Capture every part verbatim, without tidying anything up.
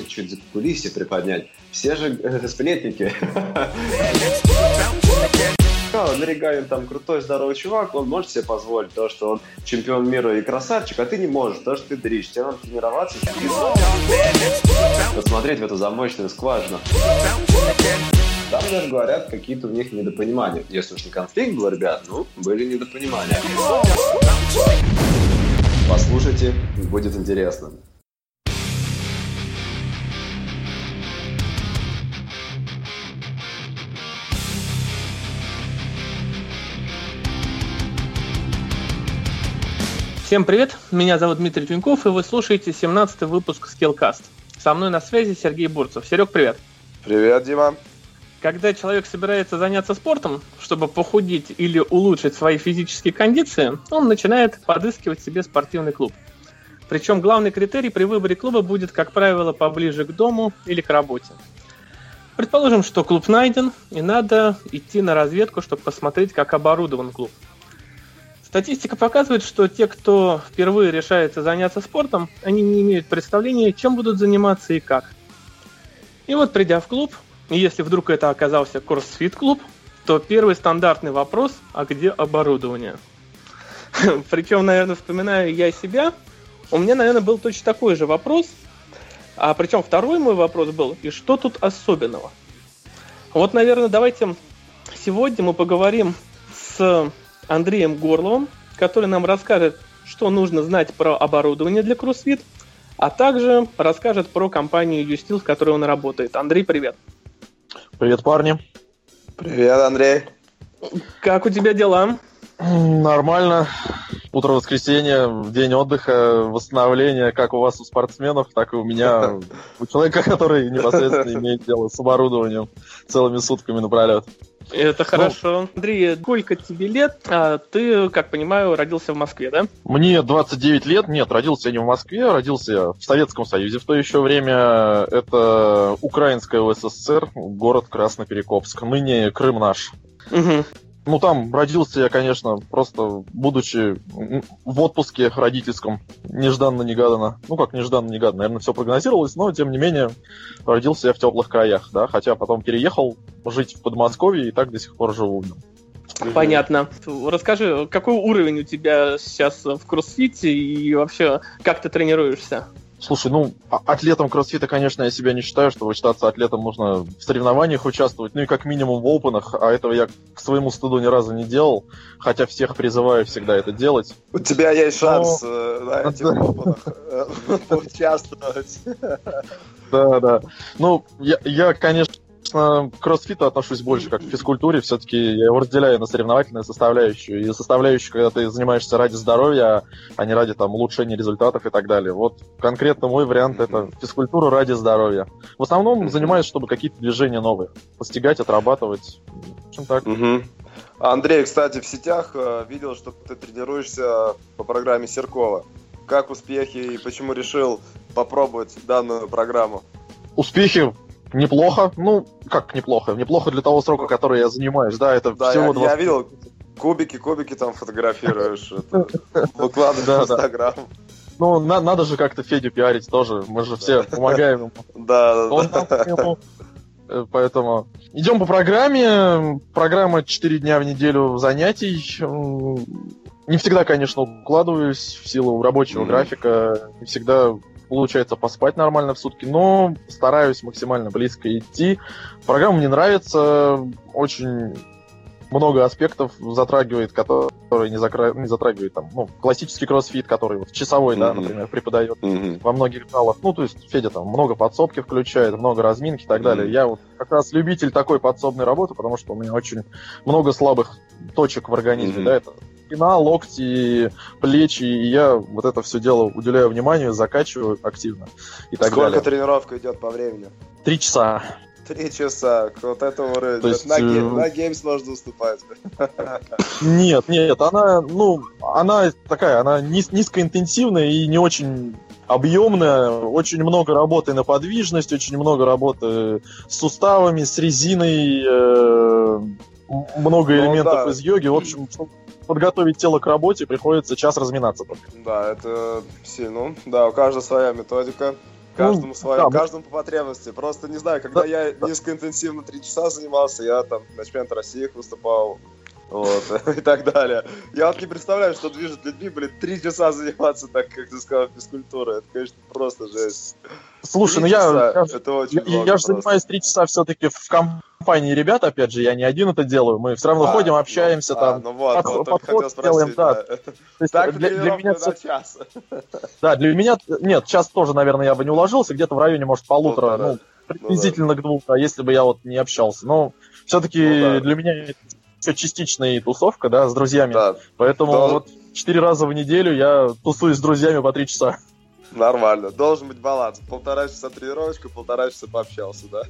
чуть за кулисье приподнять. Все же э, сплетники. Андрей Галин там крутой, здоровый чувак, он может себе позволить то, что он чемпион мира и красавчик, а ты не можешь, то, что ты дрищ. Тебе надо тренироваться, посмотреть в эту замочную скважину. Там даже говорят, какие-то у них недопонимания. Если уж не конфликт был, ребят, ну, были недопонимания. Послушайте, будет интересно. Всем привет, меня зовут Дмитрий Тюньков, и вы слушаете семнадцатый выпуск Skillcast. Со мной на связи Сергей Бурцев. Серег, привет. Привет, Дима. Когда человек собирается заняться спортом, чтобы похудеть или улучшить свои физические кондиции, он начинает подыскивать себе спортивный клуб. Причем главный критерий при выборе клуба будет, как правило, поближе к дому или к работе. Предположим, что клуб найден, и надо идти на разведку, чтобы посмотреть, как оборудован клуб. Статистика показывает, что те, кто впервые решается заняться спортом, они не имеют представления, чем будут заниматься и как. И вот, придя в клуб, и если вдруг это оказался кроссфит-клуб, то первый стандартный вопрос: а где оборудование? Причем, наверное, вспоминаю я себя, у меня, наверное, был точно такой же вопрос. А причем второй мой вопрос был: и что тут особенного? Вот, наверное, давайте сегодня мы поговорим с Андреем Горловым, который нам расскажет, что нужно знать про оборудование для кроссфит, а также расскажет про компанию YouSteel, в которой он работает. Андрей, привет. Привет, парни. Привет, Андрей. Как у тебя дела? Нормально. Утро воскресенья, день отдыха, восстановления, как у вас у спортсменов, так и у меня, у человека, который непосредственно имеет дело с оборудованием целыми сутками напролет. Это хорошо. Ну, Андрей, сколько тебе лет? А ты, как понимаю, родился в Москве, да? Мне двадцать девять лет. Нет, родился я не в Москве, родился я в Советском Союзе в то еще время. Это Украинская УССР, город Красноперекопск. Ныне Крым наш. Угу. Ну, там родился я, конечно, просто будучи в отпуске родительском, нежданно-негаданно. Ну, как нежданно-негаданно, наверное, все прогнозировалось, но, тем не менее, родился я в теплых краях, да, хотя потом переехал жить в Подмосковье и так до сих пор живу. Понятно. Расскажи, какой уровень у тебя сейчас в кроссфите и вообще, как ты тренируешься? Слушай, ну, атлетом кроссфита, конечно, я себя не считаю. Чтобы считаться атлетом, нужно в соревнованиях участвовать, ну и как минимум в опенах, а этого я к своему стыду ни разу не делал, хотя всех призываю всегда это делать. У тебя есть шанс Но... на этих опенах участвовать. Да, да. Ну, я, конечно, к кроссфиту отношусь больше как к физкультуре, все-таки я его разделяю на соревновательную составляющую и составляющую, когда ты занимаешься ради здоровья, а не ради там улучшения результатов и так далее. Вот конкретно мой вариант — это физкультура ради здоровья. В основном занимаюсь, чтобы какие-то движения новые постигать, отрабатывать. В общем, так. Угу. Андрей, кстати, в сетях видел, что ты тренируешься по программе Серкова. Как успехи и почему решил попробовать данную программу? Успехи неплохо, ну, как неплохо? Неплохо для того срока, который я занимаюсь, да, это да, всего я, двадцать... я видел, кубики, кубики там фотографируешь, выкладываешь в Инстаграм. Ну, надо же как-то Федю пиарить тоже, мы же все помогаем ему. Да, да, да. Поэтому идем по программе, программа четыре дня в неделю занятий. Не всегда, конечно, укладываюсь в силу рабочего графика, не всегда получается поспать нормально в сутки, но стараюсь максимально близко идти. Программа мне нравится, очень много аспектов затрагивает, которые не, закра... не затрагивает там, ну, классический кроссфит, который вот часовой, mm-hmm. да, например, преподает mm-hmm. во многих залах. Ну, то есть Федя там много подсобки включает, много разминки и так mm-hmm. далее. Я вот как раз любитель такой подсобной работы, потому что у меня очень много слабых точек в организме, mm-hmm. да, это спина, локти, плечи, и я вот это все дело уделяю внимание, закачиваю активно и так Сколько далее. Сколько тренировка идет по времени? Три часа. Три часа, вот это уровень. То есть, на, гейм, э... на геймс можно уступать. Нет, нет, она, ну, она такая, она низ, низкоинтенсивная и не очень объемная, очень много работы на подвижность, очень много работы с суставами, с резиной, э, много ну, элементов да. из йоги. В общем, чтобы подготовить тело к работе, приходится час разминаться только. Да, это сильно. Да, у каждого своя методика. Каждому Ну, свое, да, мы- каждому по потребности. Просто не знаю, когда Да, я да. низкоинтенсивно три часа занимался, я там на чемпионате России выступал, вот, и так далее. Я вот не представляю, что движет людьми, блин, три часа заниматься так, как ты сказал, физкультурой. Это, конечно, просто жесть. Слушай, Три ну я, часа, я, это очень я, много я же просто. занимаюсь три часа все-таки в компании ребят, опять же, я не один это делаю. Мы все равно А, ходим, ну, общаемся, а, там, ну вот, подход- вот, только подход хотел делаем, спросить, да. да. То есть Так для, для меня тренировка всё- на час. да, для меня, нет, час тоже, наверное, я бы не уложился, где-то в районе, может, полутора, Полтора. ну, приблизительно к двух, а если бы я вот не общался. Но все-таки Ну да. для меня это все частичная тусовка, да, с друзьями. Да, Поэтому Да. вот четыре раза в неделю я тусуюсь с друзьями по три часа. нормально. Должен быть баланс. Полтора часа тренировочка, полтора часа пообщался, да?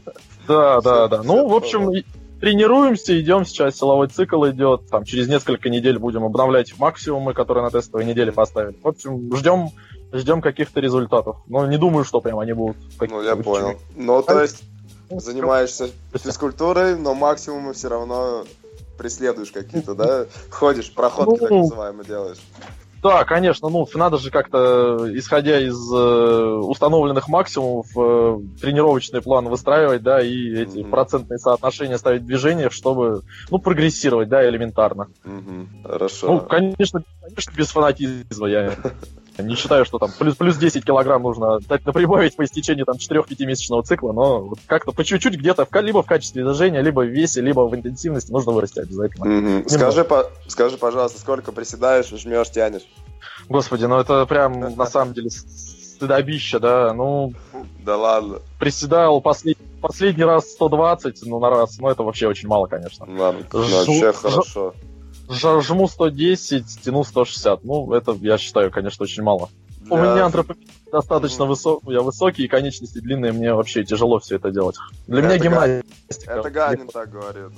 Да, Всё- да, да. всё Ну, в общем, понял. и- тренируемся, идем, сейчас силовой цикл идет, там через несколько недель будем обновлять максимумы, которые на тестовой неделе поставили. В общем, ждем, ждем каких-то результатов. Но не думаю, что прям они будут. Ну, я понял. Ну, то есть, занимаешься физкультурой, но максимумы все равно преследуешь какие-то, да? Ходишь, проходки так Ну, называемые делаешь. Да, конечно, ну, надо же как-то, исходя из э, установленных максимумов, э, тренировочный план выстраивать, да, и эти Мгм. процентные соотношения ставить в движениях, чтобы, ну, прогрессировать, да, элементарно. Мгм. Хорошо. Ну, конечно, конечно, без фанатизма. Я не считаю, что там плюс, плюс десять килограмм нужно обязательно прибавить по истечении там четыре-пятимесячного цикла, но вот как-то по чуть-чуть где-то в ка- либо в качестве движения, либо в весе, либо в интенсивности нужно вырасти обязательно. Мгм. Скажи, по- скажи, пожалуйста, сколько приседаешь, жмешь, тянешь? Господи, ну это прям на самом деле с- стыдобище, да. Ну, Да ладно. приседал послед- последний раз сто двадцать, ну, на раз, ну это вообще очень мало, конечно. Ладно, ну, Жу- вообще жу- хорошо. Ж- Жму сто десять, тяну сто шестьдесят. Ну, это, я считаю, конечно, очень мало. У Для- меня антропометрия достаточно Мгм. высокий, я высокий, и конечности длинные, мне вообще тяжело все это делать. Для меня Это гимнастика. Это Ганин так говорит.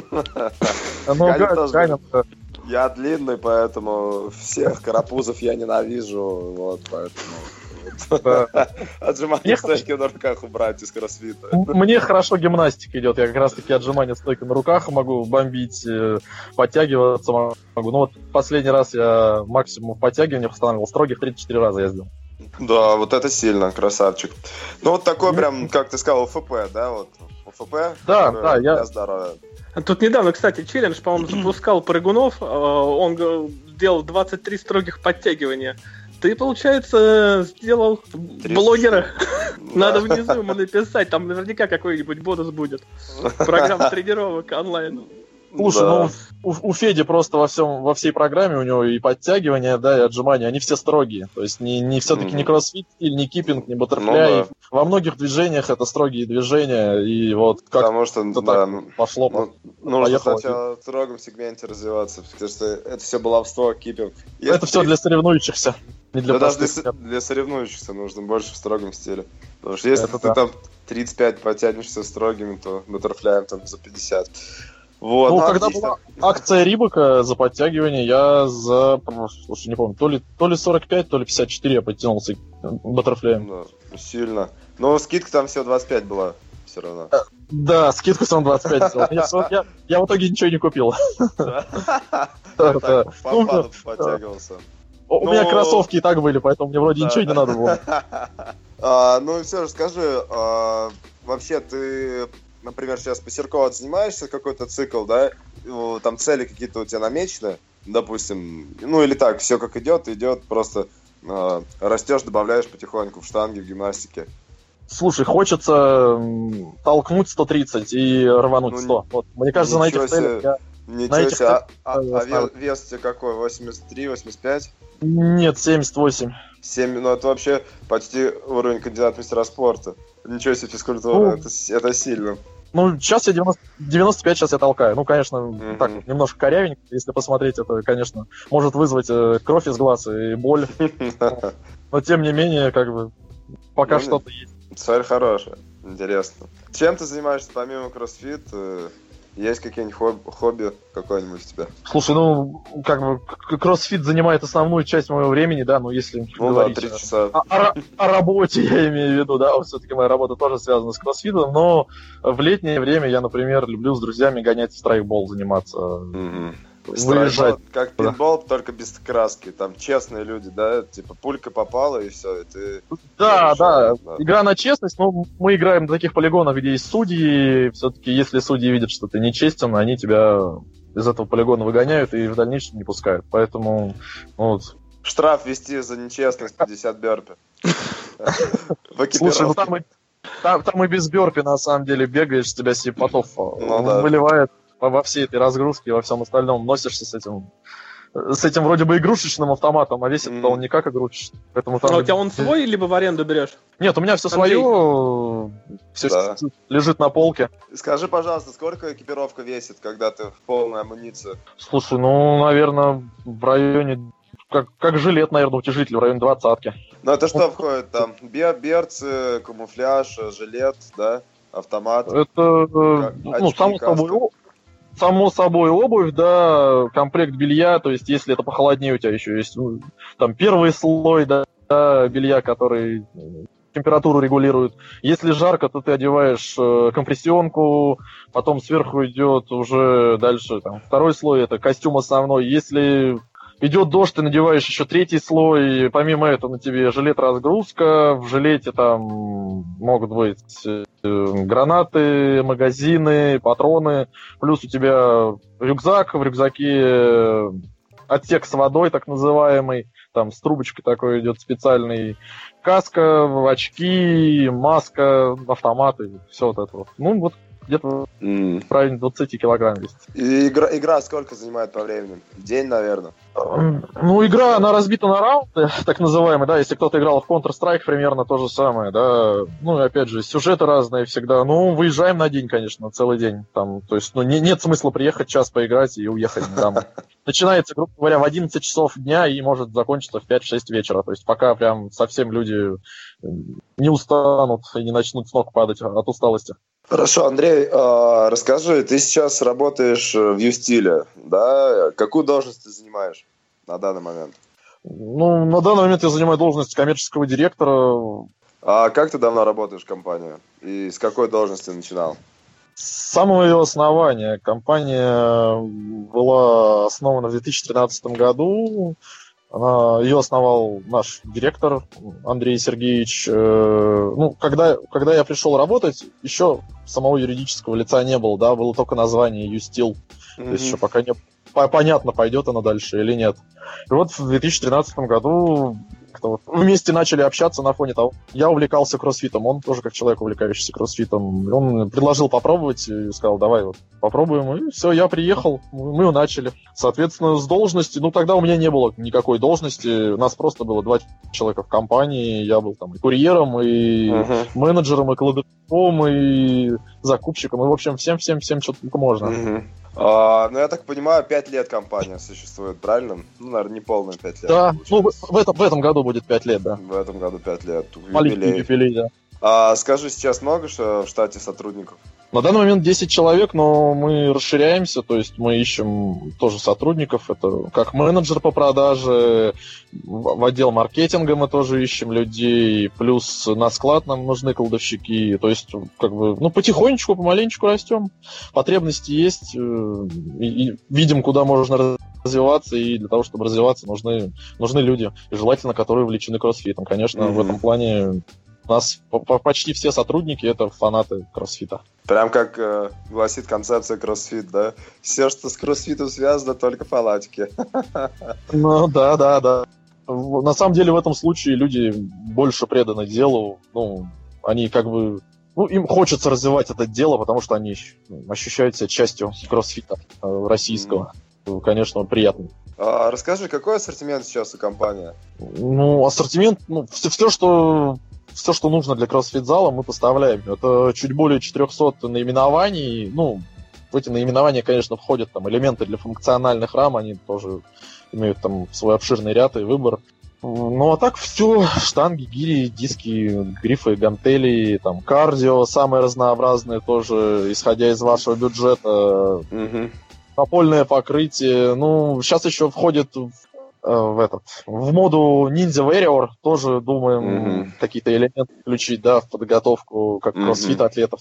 Ну, Ганин Га- тоже Ганин, да. Я длинный, поэтому всех карапузов я ненавижу, вот, поэтому... Да. Отжимания Мне стойки на руках убрать из кроссфита. Мне хорошо гимнастика идет. Я как раз таки отжимания стойка на руках могу бомбить, э, подтягиваться могу. Ну вот последний раз я максимум в подтягиваниях устанавливал строгих тридцать четыре раза я сделал. Да, вот это сильно, красавчик. Ну вот такой прям, как ты сказал, УФП, да, вот? УФП? Да, который да, я- Для здоровья. Тут недавно, кстати, челлендж, по-моему, запускал прыгунов. э, Он г- сделал двадцать три строгих подтягивания. Ты, получается, сделал блогера. Надо внизу ему написать, там наверняка какой-нибудь бонус будет. Программа тренировок онлайн. Слушай, Да. ну у, у Феди просто во всем, во всей программе у него и подтягивания, да, и отжимания, они все строгие. То есть не, не все-таки Мгм. не кроссфит стиль, не киппинг, не баттерфляй. Ну да. Во многих движениях это строгие движения, и вот как Потому что, это да, так ну, пошло. ну, нужно поехало. сначала в строгом сегменте развиваться, потому что это все баловство, киппинг. это Если все ты- для соревнующихся, не для Да даже простых для, ребят. с- для соревнующихся нужно больше в строгом стиле. Потому что если Это ты да. там тридцать пять потянешься строгими, то баттерфляем там за пятьдят. Вот, Ну, ну, когда отлично. была акция Рибака за подтягивание, я за, слушай, не помню, то ли, то ли сорок пять, то ли пятьдесят четыре я подтянулся баттерфляем. Да, сильно. Но скидка там всего двадцать пять была все равно. Да, скидку сам двадцать пять сделал. Я, я- я в итоге ничего не купил. Да, да. Так, по Ну, паду подтягивался. У меня Ну, кроссовки и так были, поэтому мне вроде Да. ничего не надо было. А, Ну и все же скажи, а, вообще ты, например, сейчас по Серково занимаешься какой-то цикл, да? Ну, Там цели какие-то у тебя намечены, допустим, ну или так, все как идет, идет, просто а, растешь, добавляешь потихоньку в штанги, в гимнастике. Слушай, хочется м, толкнуть сто тридцать и рвануть Ну, сто. Вот, мне кажется, на ничего этих целях себе. я... Ничего На этих себе, а, а- целях а я вес, вес у тебя какой? восемьдесят три, восемьдесят пять? Нет, семьдесят восемь. семь, ну это вообще почти уровень кандидата в мастера спорта. Ничего себе физкультура, Ну, это, с- это сильно. Ну, сейчас я девяносто, девяносто пять сейчас я толкаю. Ну, конечно, Мгм. так вот, немножко корявенько. Если посмотреть, это, конечно, может вызвать э, кровь из глаз и боль. Но, тем не менее, как бы, пока Ну, что-то есть. Цель хорошая, интересно. Чем ты занимаешься помимо кроссфит? Э, Есть какие-нибудь хоб- хобби какое-нибудь у тебя? Слушай, ну, как бы, к- кроссфит занимает основную часть моего времени, да, ну, если Ну да, говорить три о- часа. О, о ра- о работе я имею в виду, да, вот все-таки моя работа тоже связана с кроссфитом, но в летнее время я, например, люблю с друзьями гонять в страйкбол заниматься. Мгм. выезжать. Как пинбол, только без краски. Там честные люди, да? Типа пулька попала и все. И ты... Да, да, да. Игра на честность, но мы играем на таких полигонах, где есть судьи. Все-таки, если судьи видят, что ты нечестен, они тебя из этого полигона выгоняют и в дальнейшем не пускают. Поэтому, вот. Штраф вести за нечестность пятьдесят бёрпи. Слушай, ну там и, там, там и без бёрпи на самом деле бегаешь, с тебя себе потов ну, да. выливает во всей этой разгрузке и во всем остальном. Носишься с этим с этим вроде бы игрушечным автоматом, а весит-то mm. он не как игрушечный. Поэтому там... А у тебя он свой, либо в аренду берешь? Нет, у меня все свое, все да. лежит на полке. Скажи, пожалуйста, сколько экипировка весит, когда ты в полной амуниции? Слушай, ну, наверное, в районе... Как, как жилет, наверное, утяжелитель, в районе двадцатки. Ну, это что входит там? Берцы, камуфляж, жилет, да? Автомат? Это, как, ну, очки, само собой, само собой обувь, да, комплект белья, то есть если это похолоднее, у тебя еще есть там первый слой, да, белья, который температуру регулирует. Если жарко, то ты одеваешь э, компрессионку, потом сверху идет уже дальше там, второй слой, это костюм основной. Если идет дождь, ты надеваешь еще третий слой, помимо этого на тебе жилет-разгрузка, в жилете там могут быть э, гранаты, магазины, патроны, плюс у тебя рюкзак, в рюкзаке отсек с водой, так называемый, там с трубочкой такой идет специальный, каска, очки, маска, автоматы, все вот это вот. Ну вот где-то mm. в районе двадцать килограмм весит. И игра, игра сколько занимает по времени? День, наверное? Ну, игра, она разбита на раунды, так называемые, да, если кто-то играл в Counter-Strike, примерно то же самое, да. Ну, и опять же, сюжеты разные всегда. Ну, выезжаем на день, конечно, целый день. Там, то есть, ну, не, нет смысла приехать, час поиграть и уехать домой. Начинается, грубо говоря, в одиннадцать часов дня и может закончиться в пять-шесть вечера. То есть, пока прям совсем люди не устанут и не начнут с ног падать от усталости. Хорошо, Андрей, э, расскажи, ты сейчас работаешь в Юстиле, да? Какую должность ты занимаешь на данный момент? Ну, на данный момент я занимаю должность коммерческого директора. А как ты давно работаешь в компании? И с какой должности начинал? С самого ее основания. Компания была основана в две тысячи тринадцатом году. Она, ее основал наш директор Андрей Сергеевич. Ну, когда, когда я пришел работать, еще самого юридического лица не было, да, было только название Юстил. Mm-hmm. То есть еще пока не понятно, пойдет оно дальше или нет. И вот в две тысячи тринадцатом году вот вместе начали общаться на фоне того. Я увлекался кроссфитом, он тоже как человек, увлекающийся кроссфитом. Он предложил попробовать и сказал, давай вот попробуем. И все, я приехал, мы начали. Соответственно, с должности, ну тогда у меня не было никакой должности, у нас просто было два человека в компании, я был там и курьером, и uh-huh. менеджером, и кладовщиком, и закупщиком, и в общем всем-всем-всем, что только можно. Uh-huh. А, ну, я так понимаю, пять лет компания существует, правильно? Ну, наверное, не полные пять лет. Да, ну, в этом, в этом году будет пять лет, да. В этом году пять лет. Маленький юбилей, да. А скажи, сейчас много что в штате сотрудников? На данный момент десять человек, но мы расширяемся, то есть мы ищем тоже сотрудников, это как менеджер по продаже, в отдел маркетинга мы тоже ищем людей, плюс на склад нам нужны кладовщики, то есть как бы, ну, потихонечку, помаленечку растем, потребности есть, и, и видим, куда можно развиваться, и для того, чтобы развиваться, нужны, нужны люди, и желательно, которые увлечены кроссфитом. Конечно, mm-hmm. в этом плане у нас почти все сотрудники — это фанаты кроссфита. Прям как э, гласит концепция кроссфит, да? Все, что с кроссфитом связано, только фанатики. Ну да, да, да. На самом деле в этом случае люди больше преданы делу. Ну, они как бы... Ну, им хочется развивать это дело, потому что они ощущают себя частью кроссфита э, российского. Mm. Конечно, приятно. А, расскажи, какой ассортимент сейчас у компании? Ну, ассортимент, ну, все, все, что... Все, что нужно для кроссфит-зала, мы поставляем. Это чуть более четыреста наименований. Ну, в эти наименования, конечно, входят там элементы для функциональных рам, они тоже имеют там свой обширный ряд и выбор. Ну, а так все, штанги, гири, диски, грифы, гантели, там, кардио, самые разнообразные тоже, исходя из вашего бюджета. Mm-hmm. Напольное покрытие. Ну, сейчас еще входит в в этот в моду Ninja Warrior, тоже думаем mm-hmm. какие-то элементы включить, да, в подготовку как кроссфит атлетов.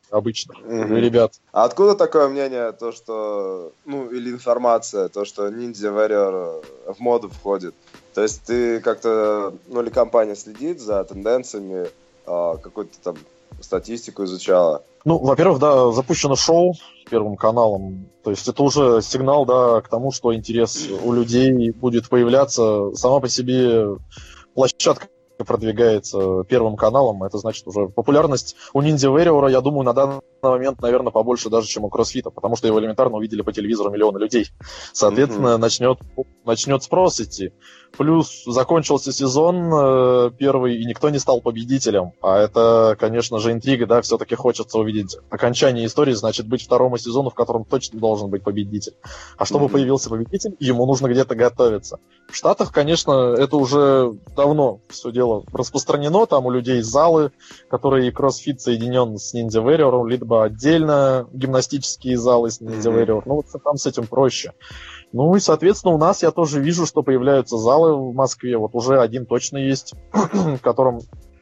обычных mm-hmm. ребят. А откуда такое мнение, то что, ну, или информация, то, что Ninja Warrior в моду входит? То есть ты как-то, ну, или компания следит за тенденциями, какую-то там статистику изучала? Ну, во-первых, да, запущено шоу Первым каналом. То есть это уже сигнал, да, к тому, что интерес у людей будет появляться. Сама по себе площадка продвигается Первым каналом. Это значит уже популярность у Ninja Warrior, я думаю, на данный момент, наверное, побольше даже, чем у кроссфита, потому что его элементарно увидели по телевизору миллионы людей. Соответственно, mm-hmm. начнет, начнет спрос идти. Плюс закончился сезон э, первый, и никто не стал победителем. А это, конечно же, интрига, да, все-таки хочется увидеть окончание истории, значит, быть второму сезону, в котором точно должен быть победитель. А чтобы mm-hmm. появился победитель, ему нужно где-то готовиться. В Штатах, конечно, это уже давно все дело распространено, там у людей залы, которые кроссфит соединен с Ninja Warrior, либо отдельно гимнастические залы с Ninja mm-hmm. Warrior. Ну, вот там с этим проще. Ну и, соответственно, у нас я тоже вижу, что появляются залы в Москве. Вот уже один точно есть, в котором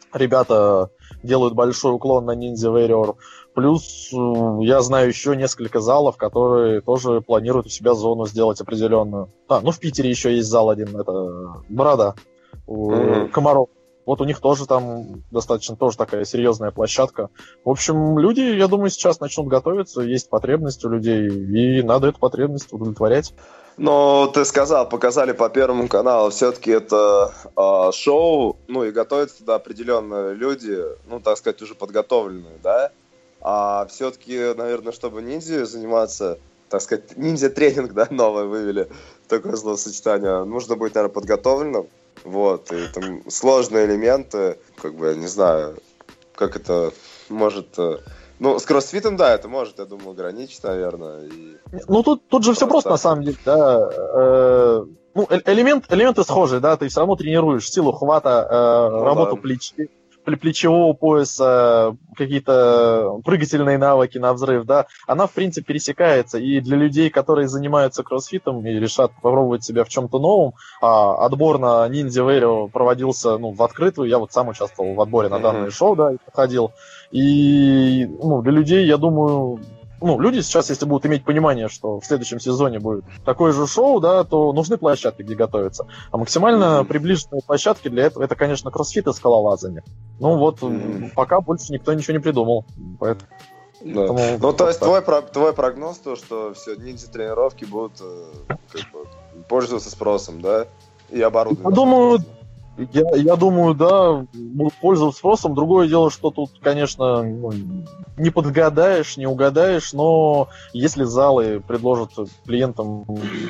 ребята делают большой уклон на Ninja Warrior. Плюс я знаю еще несколько залов, которые тоже планируют у себя зону сделать определенную. А, ну в Питере еще есть зал один, это Борода, mm-hmm. Комаров. Вот у них тоже там достаточно тоже такая серьезная площадка. В общем, люди, я думаю, сейчас начнут готовиться, есть потребность у людей, и надо эту потребность удовлетворять. Но ты сказал, показали по Первому каналу, все-таки это э, шоу, ну и готовятся туда определенные люди, ну, так сказать, уже подготовленные, да? А все-таки, наверное, чтобы ниндзя заниматься, так сказать, ниндзя-тренинг, да, новое вывели, такое словосочетание, нужно быть, наверное, подготовленным. Вот, и там сложные элементы, как бы, я не знаю, как это может... Ну, с кроссфитом, да, это может, я думаю, ограничить, наверное. И... Ну, тут, тут же все просто, на самом деле, да. Э, ну, элемент, элементы схожие, да, ты все равно тренируешь силу хвата, э, ну, работу да. плечи, плечевого пояса, какие-то прыгательные навыки на взрыв, да, она, в принципе, пересекается. И для людей, которые занимаются кроссфитом и решат попробовать себя в чем-то новом, а отбор на Ninja Warrior проводился, ну, в открытую. Я вот сам участвовал в отборе на данное mm-hmm. шоу, да, и проходил. И, ну, для людей, я думаю... Ну, люди сейчас, если будут иметь понимание, что в следующем сезоне будет такое же шоу, да, то нужны площадки, где готовиться. А максимально mm-hmm. приближенные площадки для этого, это, конечно, кроссфит и скалолазание. Ну вот, mm-hmm. пока больше никто ничего не придумал. Поэтому... Да. Поэтому... Ну, то есть твой, твой прогноз, то, что все ниндзя-тренировки будут как бы, пользоваться спросом, да? И оборудование. Я думаю... Я, я думаю, да, будут пользоваться спросом. Другое дело, что тут, конечно, ну, не подгадаешь, не угадаешь, но если залы предложат клиентам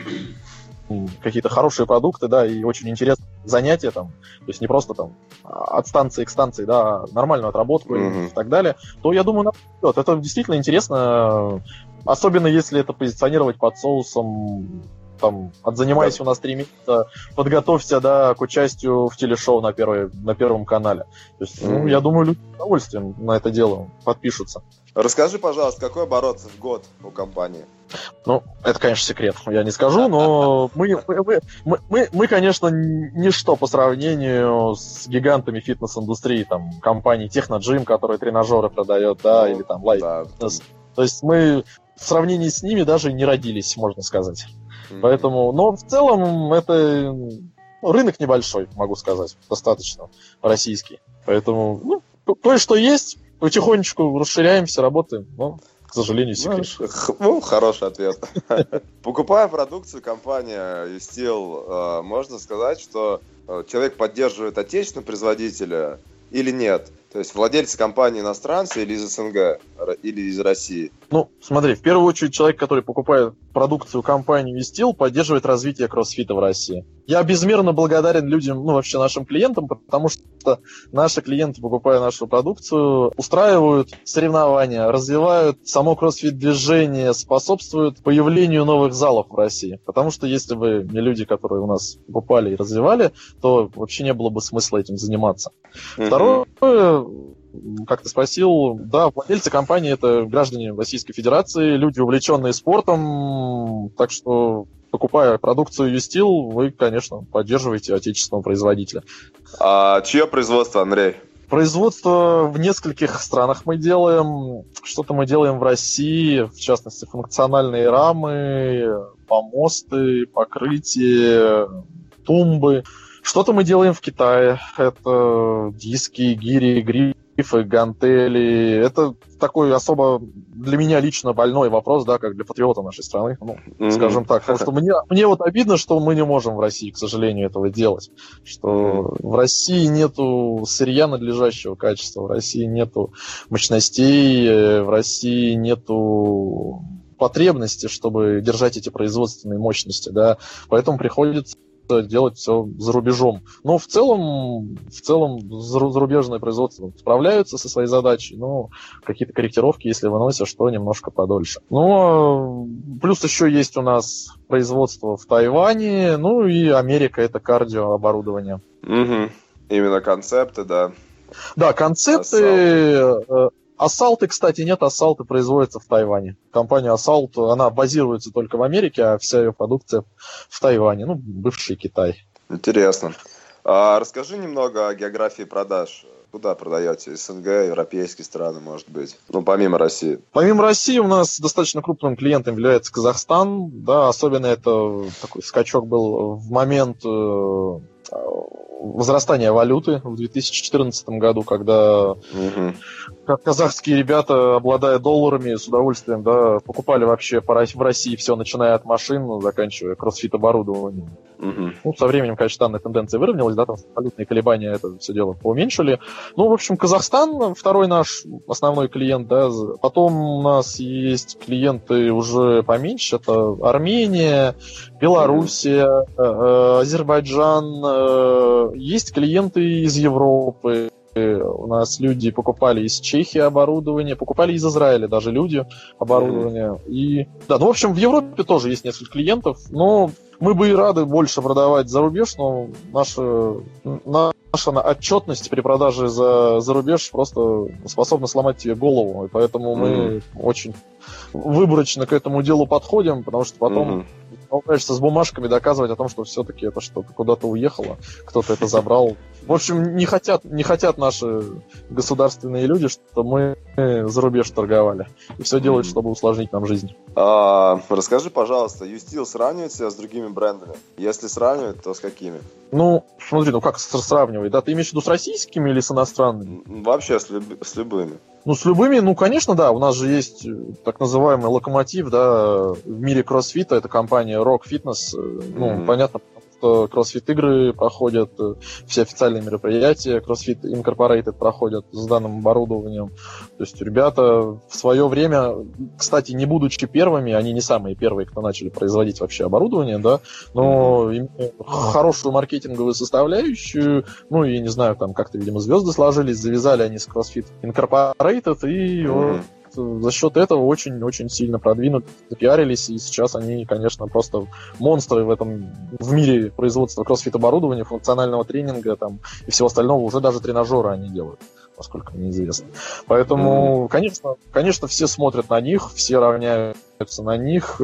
какие-то хорошие продукты, да, и очень интересные занятия, там, то есть не просто там от станции к станции, да, а нормальную отработку mm-hmm. и так далее, то, я думаю, наоборот, это действительно интересно, особенно если это позиционировать под соусом там, отзанимайся да. у нас три месяца, подготовься, да, к участию в телешоу на, первой, на Первом канале. То есть, mm-hmm. ну, я думаю, люди с удовольствием на это дело подпишутся. Расскажи, пожалуйста, какой оборот в год у компании? Ну, это, конечно, секрет, я не скажу, но мы, мы, мы, мы, мы, конечно, ничто по сравнению с гигантами фитнес-индустрии, там, компаний Техноджим, которая тренажеры продает, да, ну, или там Life да. Fitness. То есть мы в сравнении с ними даже не родились, можно сказать. Mm-hmm. Поэтому, но в целом это ну, рынок небольшой, могу сказать, достаточно российский. Поэтому, ну, то, что есть, потихонечку расширяемся, работаем, но, к сожалению, секрет. Ну, хороший ответ. Покупая продукцию компания YouSteel, можно сказать, что человек поддерживает отечественного производителя или нет? То есть владельцы компании иностранцы или из СНГ, или из России? Ну, смотри, в первую очередь человек, который покупает продукцию компании YouSteel, поддерживает развитие кроссфита в России. Я безмерно благодарен людям, ну, вообще нашим клиентам, потому что наши клиенты, покупая нашу продукцию, устраивают соревнования, развивают само кроссфит-движение, способствуют появлению новых залов в России. Потому что если бы не люди, которые у нас покупали и развивали, то вообще не было бы смысла этим заниматься. Mm-hmm. Второе, как ты спросил, да, владельцы компании — это граждане Российской Федерации, люди, увлеченные спортом, так что, покупая продукцию YouSteel, вы, конечно, поддерживаете отечественного производителя. А чье производство, Андрей? Производство в нескольких странах мы делаем. Что-то мы делаем в России, в частности, функциональные рамы, помосты, покрытие, тумбы. Что-то мы делаем в Китае. Это диски, гири, грифы, гантели. Это такой особо для меня лично больной вопрос, да, как для патриота нашей страны, ну, mm-hmm. скажем так. Потому что мне, мне вот обидно, что мы не можем в России, к сожалению, этого делать. Что mm-hmm. в России нету сырья надлежащего качества, в России нету мощностей, в России нету потребности, чтобы держать эти производственные мощности, да. Поэтому приходится делать все за рубежом. Но в целом, в целом зарубежные производства справляются со своей задачей, но какие-то корректировки, если выносишь, то немножко подольше. Но плюс еще есть у нас производство в Тайване, ну и Америка — это кардиооборудование. Угу. Именно концепты, да. Да, концепты... Ассалты, кстати, нет, ассалты производятся в Тайване. Компания Ассалт, она базируется только в Америке, а вся ее продукция в Тайване, ну, бывший Китай. Интересно. А расскажи немного о географии продаж. Куда продаете? СНГ, европейские страны, может быть? Ну, помимо России. Помимо России у нас достаточно крупным клиентом является Казахстан. Да, особенно это такой скачок был в момент возрастания валюты в две тысячи четырнадцатом году, когда угу. казахские ребята, обладая долларами, с удовольствием, да, покупали вообще в России все, начиная от машин, заканчивая кроссфит-оборудованием. Угу. Ну, со временем, конечно, данная тенденция выровнялась, да, там валютные колебания это все дело поуменьшили. Ну, в общем, Казахстан второй наш основной клиент, да. Потом у нас есть клиенты уже поменьше, это Армения, Белоруссия, угу. Азербайджан. Есть клиенты из Европы. У нас люди покупали из Чехии оборудование, покупали из Израиля даже люди оборудование. Mm-hmm. И да, ну в общем в Европе тоже есть несколько клиентов, но мы бы и рады больше продавать за рубеж, но наша, наша отчетность при продаже за, за рубеж просто способна сломать тебе голову, и поэтому mm-hmm. мы очень выборочно к этому делу подходим, потому что потом mm-hmm. сталкиваешься с бумажками, доказывать о том, что все-таки это что-то куда-то уехало, кто-то это забрал. В общем, не хотят, не хотят наши государственные люди, чтобы мы за рубеж торговали. И все делают, чтобы усложнить нам жизнь. А, расскажи, пожалуйста, YouSteel сравнивает себя с другими брендами? Если сравнивать, то с какими? Ну, смотри, ну как сравнивать? Да, ты имеешь в виду с российскими или с иностранными? Вообще с, люб... с любыми. Ну, с любыми, ну, конечно, да. У нас же есть так называемый локомотив, да, в мире кроссфита. Это компания Rock Fitness. Ну, mm-hmm. понятно, что кроссфит-игры проходят, все официальные мероприятия CrossFit Incorporated проходят с данным оборудованием. То есть ребята в свое время, кстати, не будучи первыми, они не самые первые, кто начали производить вообще оборудование, да, но имеют хорошую маркетинговую составляющую, ну и, не знаю, там как-то, видимо, звезды сложились, завязали они с CrossFit Incorporated, и mm-hmm. за счет этого очень-очень сильно продвинуты, запиарились, и сейчас они, конечно, просто монстры в этом, в мире производства кроссфит-оборудования, функционального тренинга там, и всего остального, уже даже тренажеры они делают, насколько мне известно. Поэтому, mm-hmm. конечно, конечно, все смотрят на них, все равняются на них,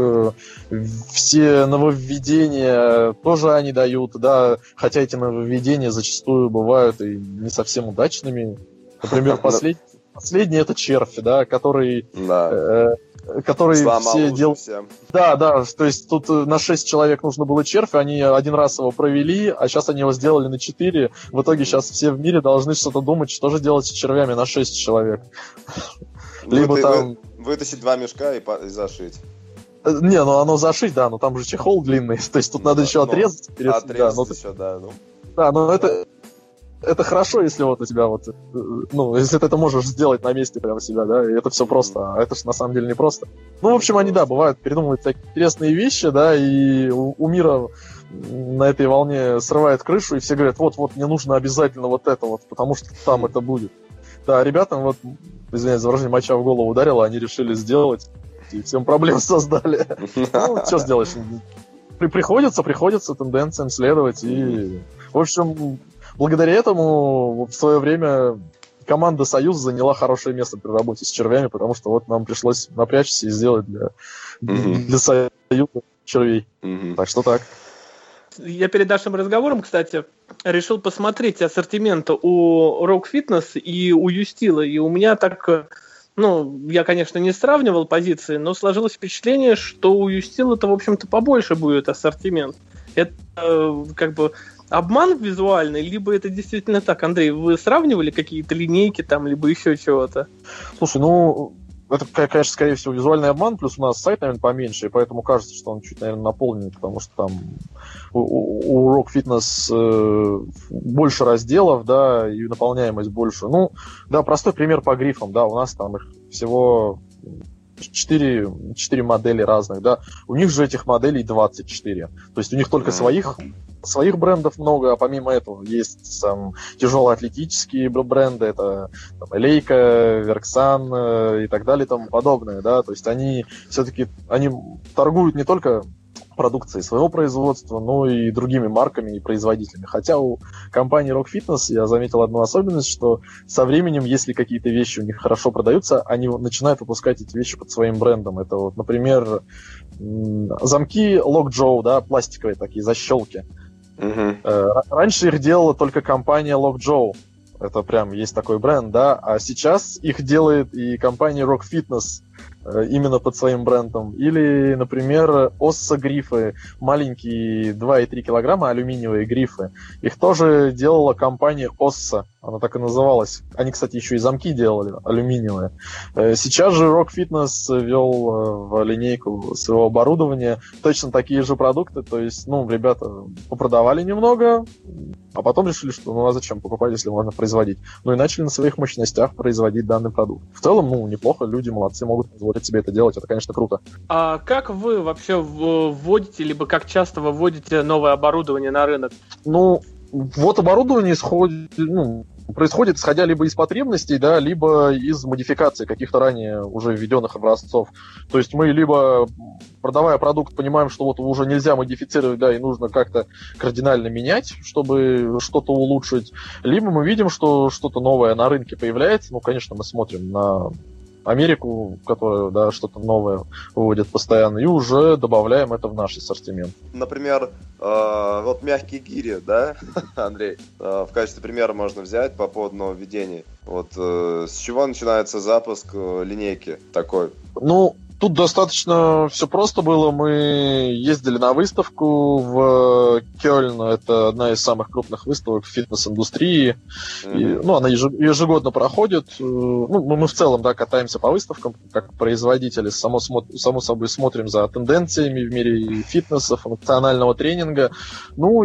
все нововведения тоже они дают, да, хотя эти нововведения зачастую бывают и не совсем удачными. Например, последний Последний это червь, да, который, да. э, который все делают. Да, да, то есть тут на шесть человек нужно было червь, они один раз его провели, а сейчас они его сделали на четыре. В итоге сейчас все в мире должны что-то думать, что же делать с червями на шесть человек. Либо Вы, там... Вытащить два мешка и, по... и зашить. Не, ну оно зашить, да, но там же чехол длинный, то есть тут ну, надо да, еще отрезать. Перед... Отрезать да, еще, да. Ну. Да, но это... Это хорошо, если вот у тебя вот, ну, если ты это можешь сделать на месте прямо себя, да, и это все просто, а это же на самом деле не просто. Ну, в общем, они, да, бывают, передумывают такие интересные вещи, да, и у, у мира на этой волне срывает крышу, и все говорят, вот-вот, мне нужно обязательно вот это вот, потому что там это будет. Да, ребятам вот, извиняюсь за выражение, моча в голову ударила, они решили сделать, и всем проблем создали. Ну, что сделаешь? Приходится, приходится тенденциям следовать, и, в общем... Благодаря этому в свое время команда «Союз» заняла хорошее место при работе с червями, потому что вот нам пришлось напрячься и сделать для, mm-hmm. для «Союза» червей. Mm-hmm. Так что так. Я перед нашим разговором, кстати, решил посмотреть ассортимент у Rogue Fitness и у U-Steel, и у меня так, ну, я, конечно, не сравнивал позиции, но сложилось впечатление, что у U-Steel это, в общем-то, побольше будет ассортимент. Это как бы обман визуальный, либо это действительно так? Андрей, вы сравнивали какие-то линейки там, либо еще чего-то? Слушай, ну, это, конечно, скорее всего, визуальный обман, плюс у нас сайт, наверное, поменьше, и поэтому кажется, что он чуть, наверное, наполнен, потому что там у, у Rogue Fitness э, больше разделов, да, и наполняемость больше. Ну, да, простой пример по грифам, да, у нас там их всего четыре, четыре модели разных, да, у них же этих моделей двадцать четыре, то есть у них только своих своих брендов много, а помимо этого есть там тяжелоатлетические бренды, это там, Элейка, Верксан э, и так далее и тому подобное, да, то есть они все-таки, они торгуют не только продукцией своего производства, но и другими марками и производителями. Хотя у компании Rogue Fitness я заметил одну особенность, что со временем, если какие-то вещи у них хорошо продаются, они начинают выпускать эти вещи под своим брендом. Это вот, например, замки Lockjaw, да, пластиковые такие защелки. Uh-huh. Раньше их делала только компания Lockjaw. Это прям есть такой бренд, да, а сейчас их делает и компания Rogue Fitness именно под своим брендом. Или, например, Ossa грифы, маленькие два и три килограмма алюминиевые грифы. Их тоже делала компания Ossa, она так и называлась. Они, кстати, еще и замки делали, алюминиевые. Сейчас же Rogue Fitness ввел в линейку своего оборудования точно такие же продукты. То есть, ну, ребята попродавали немного, а потом решили, что ну а зачем покупать, если можно производить. Ну и начали на своих мощностях производить данный продукт. В целом, ну, неплохо, люди молодцы, могут позволить себе это делать, это, конечно, круто. А как вы вообще вводите, либо как часто вы вводите новое оборудование на рынок? Ну, вот оборудование исходит, ну, происходит исходя либо из потребностей, да, либо из модификации каких-то ранее уже введенных образцов. То есть мы либо, продавая продукт, понимаем, что вот уже нельзя модифицировать, да, и нужно как-то кардинально менять, чтобы что-то улучшить, либо мы видим, что что-то новое на рынке появляется. Ну, конечно, мы смотрим на Америку, которая, да, что-то новое выводит постоянно, и уже добавляем это в наш ассортимент. Например, э, вот мягкие гири, да, Андрей, э, в качестве примера можно взять по поводу нововведений. Вот э, с чего начинается запуск э, линейки такой? Ну, тут достаточно все просто было. Мы ездили на выставку в Кёльн. Это одна из самых крупных выставок в фитнес-индустрии. Mm-hmm. И, ну, она ежегодно проходит. Ну, мы в целом, да, катаемся по выставкам, как производители. Само, само собой смотрим за тенденциями в мире фитнеса, функционального тренинга. Ну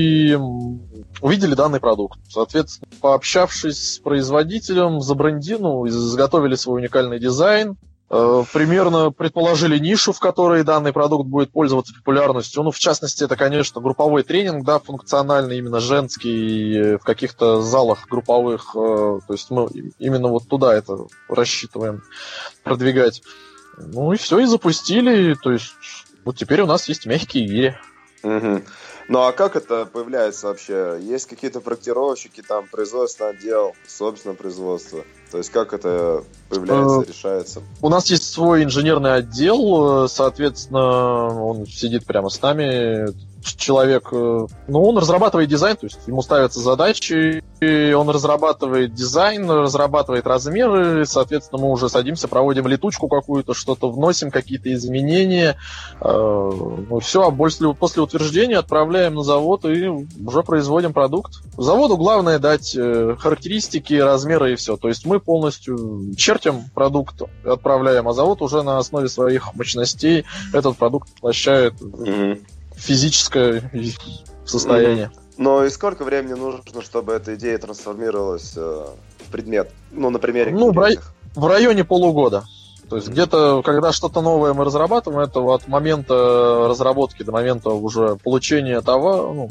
и увидели данный продукт. Соответственно, пообщавшись с производителем, забрендили, ну, изготовили свой уникальный дизайн. Примерно предположили нишу, в которой данный продукт будет пользоваться популярностью. Ну, в частности, это, конечно, групповой тренинг, да, функциональный, именно женский, в каких-то залах групповых. То есть мы именно вот туда это рассчитываем продвигать. Ну и все, и запустили. То есть вот теперь у нас есть мягкие гири. Угу. Ну а как это появляется вообще? Есть какие-то проектировщики, там, производственный отдел, собственное производство? То есть как это появляется, решается? У нас есть свой инженерный отдел, соответственно, он сидит прямо с нами. Человек, ну, он разрабатывает дизайн, то есть ему ставятся задачи, и он разрабатывает дизайн, разрабатывает размеры, соответственно, мы уже садимся, проводим летучку какую-то, что-то вносим, какие-то изменения, ну, все, а после, после утверждения отправляем на завод и уже производим продукт. Заводу главное дать характеристики, размеры и все, то есть мы полностью чертим продукт, отправляем, а завод уже на основе своих мощностей этот продукт воплощает mm-hmm. физическое состояние. Mm-hmm. Ну и сколько времени нужно, чтобы эта идея трансформировалась э, в предмет? Ну, на примере ну, в, рай... в районе полугода. То есть mm-hmm. где-то, когда что-то новое мы разрабатываем, это от момента разработки до момента уже получения того, ну,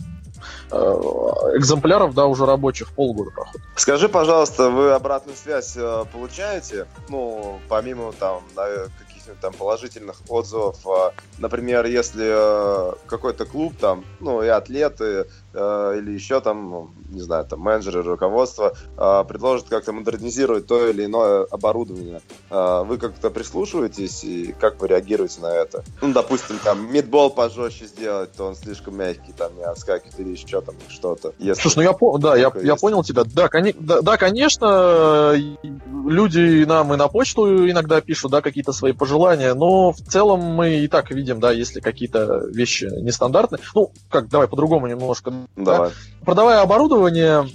экземпляров, да, уже рабочих полгода проходит. Скажи, пожалуйста, вы обратную связь получаете? Ну, помимо там каких каких-нибудь там положительных отзывов. Например, если какой-то клуб там, ну и атлеты, или еще там, не знаю, там менеджеры, руководство предложат как-то модернизировать то или иное оборудование. Вы как-то прислушиваетесь и как вы реагируете на это? Ну, допустим, там мидбол пожестче сделать, то он слишком мягкий, там не отскакивает или еще там что-то. Если Слушай, ну я, по... да, я, я понял тебя. Да, кон... да, да, конечно, люди нам и на почту иногда пишут, да, какие-то свои пожелания, но в целом мы и так видим, да, если какие-то вещи нестандартные. Ну, как, давай по-другому немножко. Давай. Да? Продавая оборудование,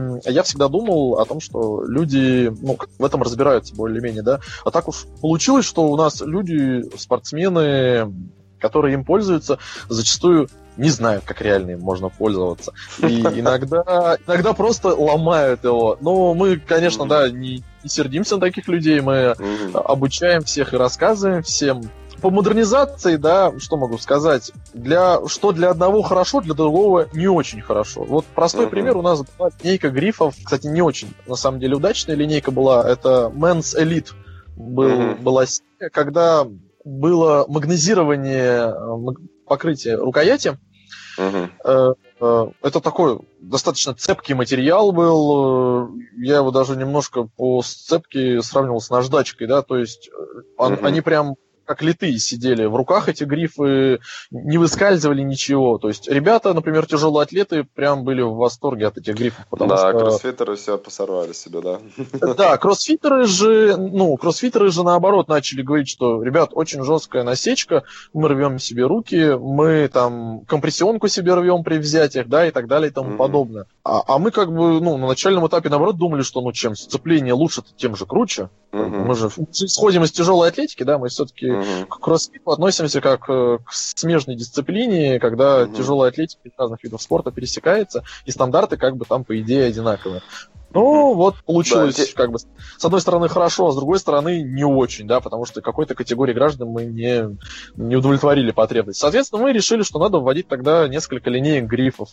я всегда думал о том, что люди, ну, в этом разбираются более-менее, да. А так уж получилось, что у нас люди, спортсмены, которые им пользуются, зачастую не знают, как реально им можно пользоваться. И иногда, иногда просто ломают его. Но мы, конечно, mm-hmm. да, не, не сердимся на таких людей, мы mm-hmm. обучаем всех и рассказываем всем. По модернизации, да, что могу сказать, для, что для одного хорошо, для другого не очень хорошо. Вот простой uh-huh. пример, у нас была линейка грифов, кстати, не очень, на самом деле, удачная линейка была, это Men's Elite был, uh-huh. была серия, когда было магнезирование покрытия рукояти. Uh-huh. Это такой достаточно цепкий материал был, я его даже немножко по сцепке сравнивал с наждачкой, да, то есть uh-huh. они прям как литые сидели в руках, эти грифы не выскальзывали ничего. То есть ребята, например, тяжелые атлеты, прям были в восторге от этих грифов. Потому да, что... кроссфитеры все посорвали себе, да? Да, кроссфитеры же, ну, кроссфитеры же наоборот начали говорить, что, ребят, очень жесткая насечка, мы рвем себе руки, мы там компрессионку себе рвем при взятиях, да, и так далее и тому mm-hmm. подобное. А, а мы как бы, ну, на начальном этапе, наоборот, думали, что, ну, чем сцепление лучше, тем же круче. Mm-hmm. Мы же исходим из тяжелой атлетики, да, мы все-таки mm-hmm. к кроссфиту относимся как к смежной дисциплине, когда mm-hmm. тяжелая атлетика из разных видов спорта пересекается, и стандарты как бы там, по идее, одинаковые. Ну, mm-hmm. вот получилось, да, как бы, с одной стороны хорошо, а с другой стороны не очень, да, потому что какой-то категории граждан мы не, не удовлетворили потребность. Соответственно, мы решили, что надо вводить тогда несколько линеек грифов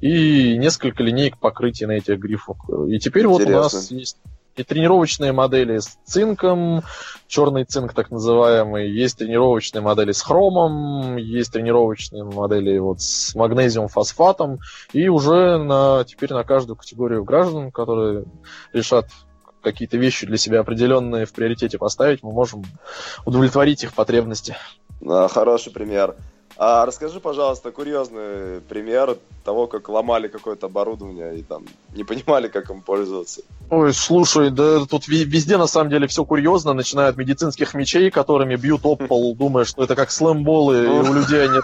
и несколько линеек покрытия на этих грифах. И теперь Интересно. Вот у нас есть и тренировочные модели с цинком, черный цинк так называемый, есть тренировочные модели с хромом, есть тренировочные модели вот с магнезиум-фосфатом, и уже на, теперь на каждую категорию граждан, которые решат какие-то вещи для себя определенные в приоритете поставить, мы можем удовлетворить их потребности. Да, хороший пример. А расскажи, пожалуйста, курьезный пример того, как ломали какое-то оборудование и там не понимали, как им пользоваться. Ой, слушай, да тут везде на самом деле все курьезно, начиная от медицинских мечей, которыми бьют об пол, думая, что это как слэмболы, и у людей они...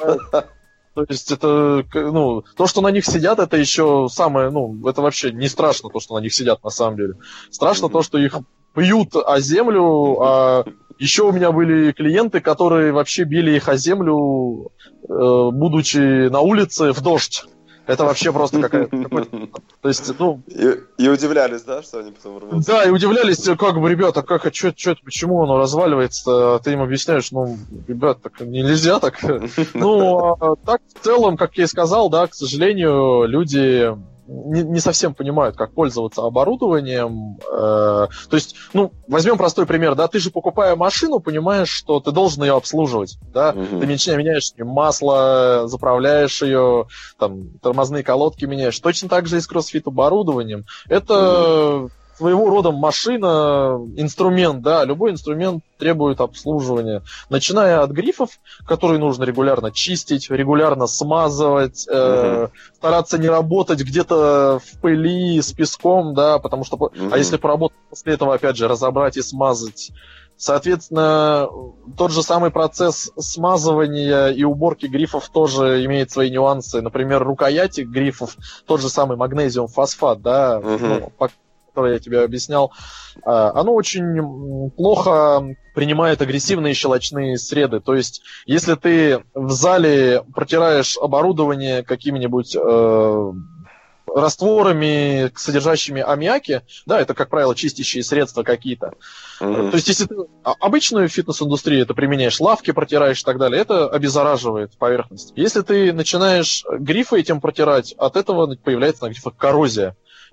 То есть это, ну, то, что на них сидят, это еще самое, ну, это вообще не страшно, то, что на них сидят на самом деле. Страшно то, что их бьют о землю, а еще у меня были клиенты, которые вообще били их о землю, будучи на улице в дождь. Это вообще просто какая-то... То есть, ну... И, и удивлялись, да, что они потом рвутся? Да, и удивлялись, как бы, ребята, как, а что это, почему оно разваливается? Ты им объясняешь, ну, ребят, так нельзя так. Ну, а так, в целом, как я и сказал, да, к сожалению, люди... Не, не совсем понимают, как пользоваться оборудованием. Э, то есть, ну, возьмем простой пример, да, ты же, покупая машину, понимаешь, что ты должен ее обслуживать, да, uh-huh. ты меняешь масло, заправляешь ее, там, тормозные колодки меняешь. Точно так же и с кроссфит-оборудованием. Это uh-huh. своего рода машина, инструмент, да, любой инструмент требует обслуживания. Начиная от грифов, которые нужно регулярно чистить, регулярно смазывать, uh-huh. э, стараться не работать где-то в пыли, с песком, да, потому что, uh-huh. а если поработать после этого, опять же, разобрать и смазать. Соответственно, тот же самый процесс смазывания и уборки грифов тоже имеет свои нюансы. Например, рукояти грифов, тот же самый магнезиум-фосфат, да, uh-huh. ну, по которое я тебе объяснял, оно очень плохо принимает агрессивные щелочные среды. То есть, если ты в зале протираешь оборудование какими-нибудь э, растворами, содержащими аммиаки, да, это, как правило, чистящие средства какие-то. Mm-hmm. То есть, если ты обычную фитнес-индустрию это применяешь, лавки протираешь и так далее, это обеззараживает поверхность. Если ты начинаешь грифы этим протирать, от этого появляется на грифах коррозия.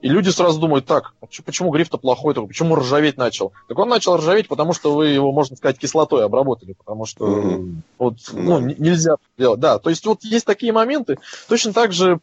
И люди сразу думают, так, почему гриф-то плохой, так, почему ржаветь начал? Так он начал ржаветь, потому что вы его, можно сказать, кислотой обработали, потому что mm-hmm. вот, ну, mm-hmm. нельзя делать. Да, то есть вот есть такие моменты. Точно так же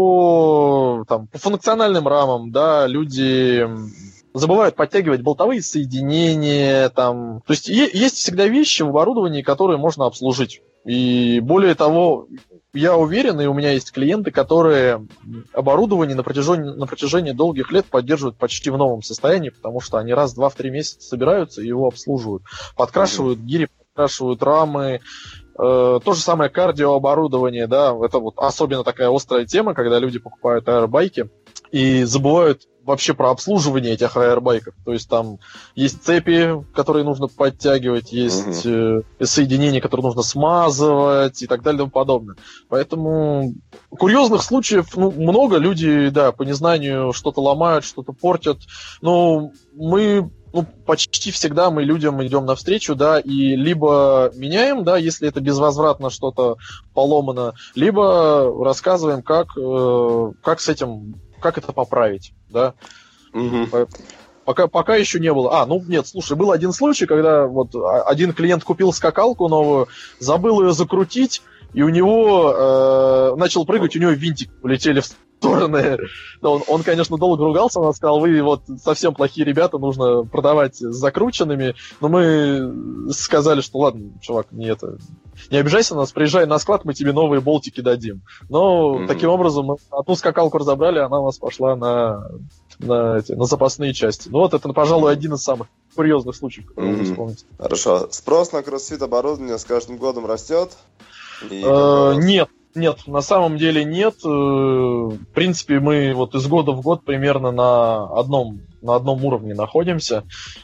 по, там, по функциональным рамам, да, люди забывают подтягивать болтовые соединения, там. То есть есть всегда вещи в оборудовании, которые можно обслужить. И более того, я уверен, и у меня есть клиенты, которые оборудование на протяжении, на протяжении долгих лет поддерживают почти в новом состоянии, потому что они раз, два, в три месяца собираются и его обслуживают. Подкрашивают гири, подкрашивают рамы. Э, то же самое кардиооборудование, да, это вот особенно такая острая тема, когда люди покупают аэробайки и забывают вообще про обслуживание этих аэробайков. То есть там есть цепи, которые нужно подтягивать, есть uh-huh. э, соединения, которые нужно смазывать и так далее и тому подобное. Поэтому курьезных случаев ну, много. Люди, да, по незнанию что-то ломают, что-то портят. Но мы ну, почти всегда мы людям идем навстречу, да, и либо меняем, да, если это безвозвратно что-то поломано, либо рассказываем, как, э, как с этим, как это поправить, да. Mm-hmm. Пока, пока еще не было. А, ну нет, слушай, был один случай, когда вот один клиент купил скакалку новую, забыл ее закрутить, и у него э, начал прыгать, у него винтик полетели в стороны. Он, он, конечно, долго ругался, он сказал, вы вот совсем плохие ребята, нужно продавать с закрученными. Но мы сказали, что ладно, чувак, не это... Не обижайся на нас, приезжай на склад, мы тебе новые болтики дадим. Но mm-hmm. таким образом мы одну скакалку разобрали, она у нас пошла на, на, эти, на запасные части. Ну вот это, пожалуй, один из самых курьезных случаев, которые mm-hmm. вы вспомните. Хорошо. Спрос на кроссфит оборудование с каждым годом растет? И... Э, нет, нет, на самом деле нет. В принципе, мы вот из года в год примерно на одном, на одном уровне находимся.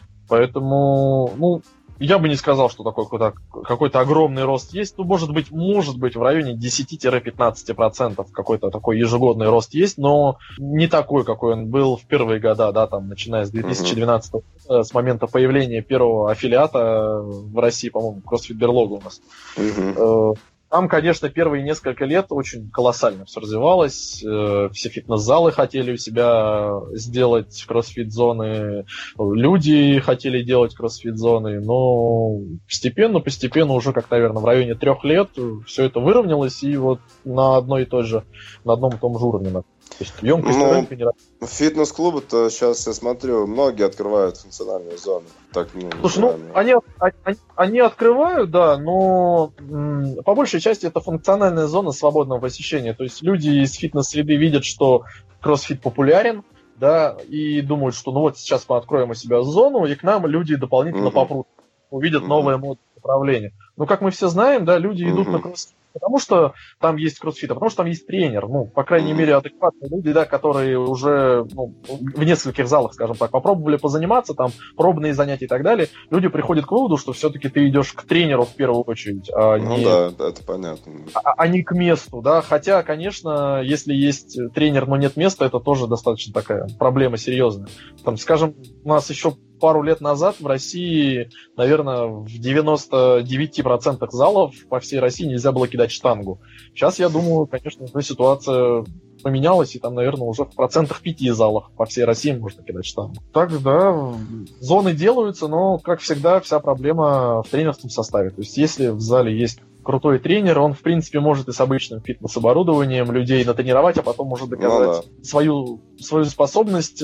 Поэтому, ну, я бы не сказал, что такой какой-то, какой-то огромный рост есть. Ну, может быть, может быть, в районе десять-пятнадцать процентов какой-то такой ежегодный рост есть, но не такой, какой он был в первые года, да, там, начиная с две тысячи двенадцатого года, с момента появления первого аффилиата в России, по-моему, CrossFit Берлога у нас. Mm-hmm. Там, конечно, первые несколько лет очень колоссально все развивалось. Все фитнес-залы хотели у себя сделать кроссфит-зоны, люди хотели делать кроссфит-зоны, но постепенно-постепенно уже, как, наверное, в районе трех лет все это выровнялось, и вот на одной и той же, на одном и том же уровне. То есть емкость ну, рынка не растет. Фитнес-клубы-то сейчас, я смотрю, многие открывают функциональные зоны. Так, ну, Слушай, ну, они, они, они открывают, да, но м, по большей части это функциональная зона свободного посещения. То есть люди из фитнес-среды видят, что кроссфит популярен, да, и думают, что ну вот сейчас мы откроем у себя зону, и к нам люди дополнительно uh-huh. попрут, увидят uh-huh. новые моды направления. Но, как мы все знаем, да, люди uh-huh. идут на кроссфит потому что там есть кроссфит, а потому что там есть тренер, ну, по крайней mm-hmm. мере, адекватные люди, да, которые уже ну, в нескольких залах, скажем так, попробовали позаниматься, там, пробные занятия и так далее, люди приходят к выводу, что все-таки ты идешь к тренеру в первую очередь, а ну, не... да, да, это понятно. А, а не к месту, да, хотя, конечно, если есть тренер, но нет места, это тоже достаточно такая проблема серьезная. Там, скажем, у нас еще пару лет назад в России, наверное, в девяносто девять процентов залов по всей России нельзя было кидать штангу. Сейчас, я думаю, конечно, уже ситуация поменялась, и там, наверное, уже в процентах пяти залах по всей России можно кидать штангу. Так, да, зоны делаются, но, как всегда, вся проблема в тренерском составе. То есть, если в зале есть крутой тренер, он, в принципе, может и с обычным фитнес-оборудованием людей натренировать, а потом может доказать ну, да. свою, свою способность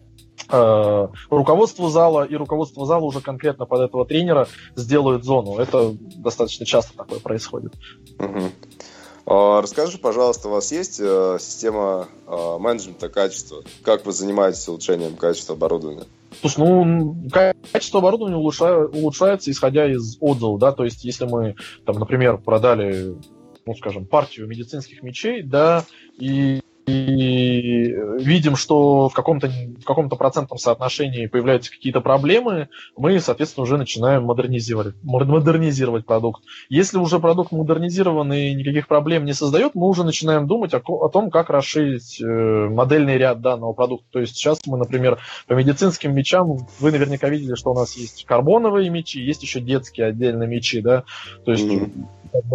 э, руководству зала, и руководство зала уже конкретно под этого тренера сделают зону. Это достаточно часто такое происходит. Угу. А, расскажи, пожалуйста, у вас есть э, система э, менеджмента качества? Как вы занимаетесь улучшением качества оборудования? Слушай, ну, качество оборудования улучшает, улучшается, исходя из отзывов, да, то есть, если мы, там, например, продали, ну, скажем, партию медицинских мечей, да, и, и видим, что в каком-то, в каком-то процентном соотношении появляются какие-то проблемы, мы, соответственно, уже начинаем модернизировать, модернизировать продукт. Если уже продукт модернизирован и никаких проблем не создает, мы уже начинаем думать о, о том, как расширить э, модельный ряд данного продукта. То есть сейчас мы, например, по медицинским мечам, вы наверняка видели, что у нас есть карбоновые мечи, есть еще детские отдельно мечи, да, то есть mm-hmm.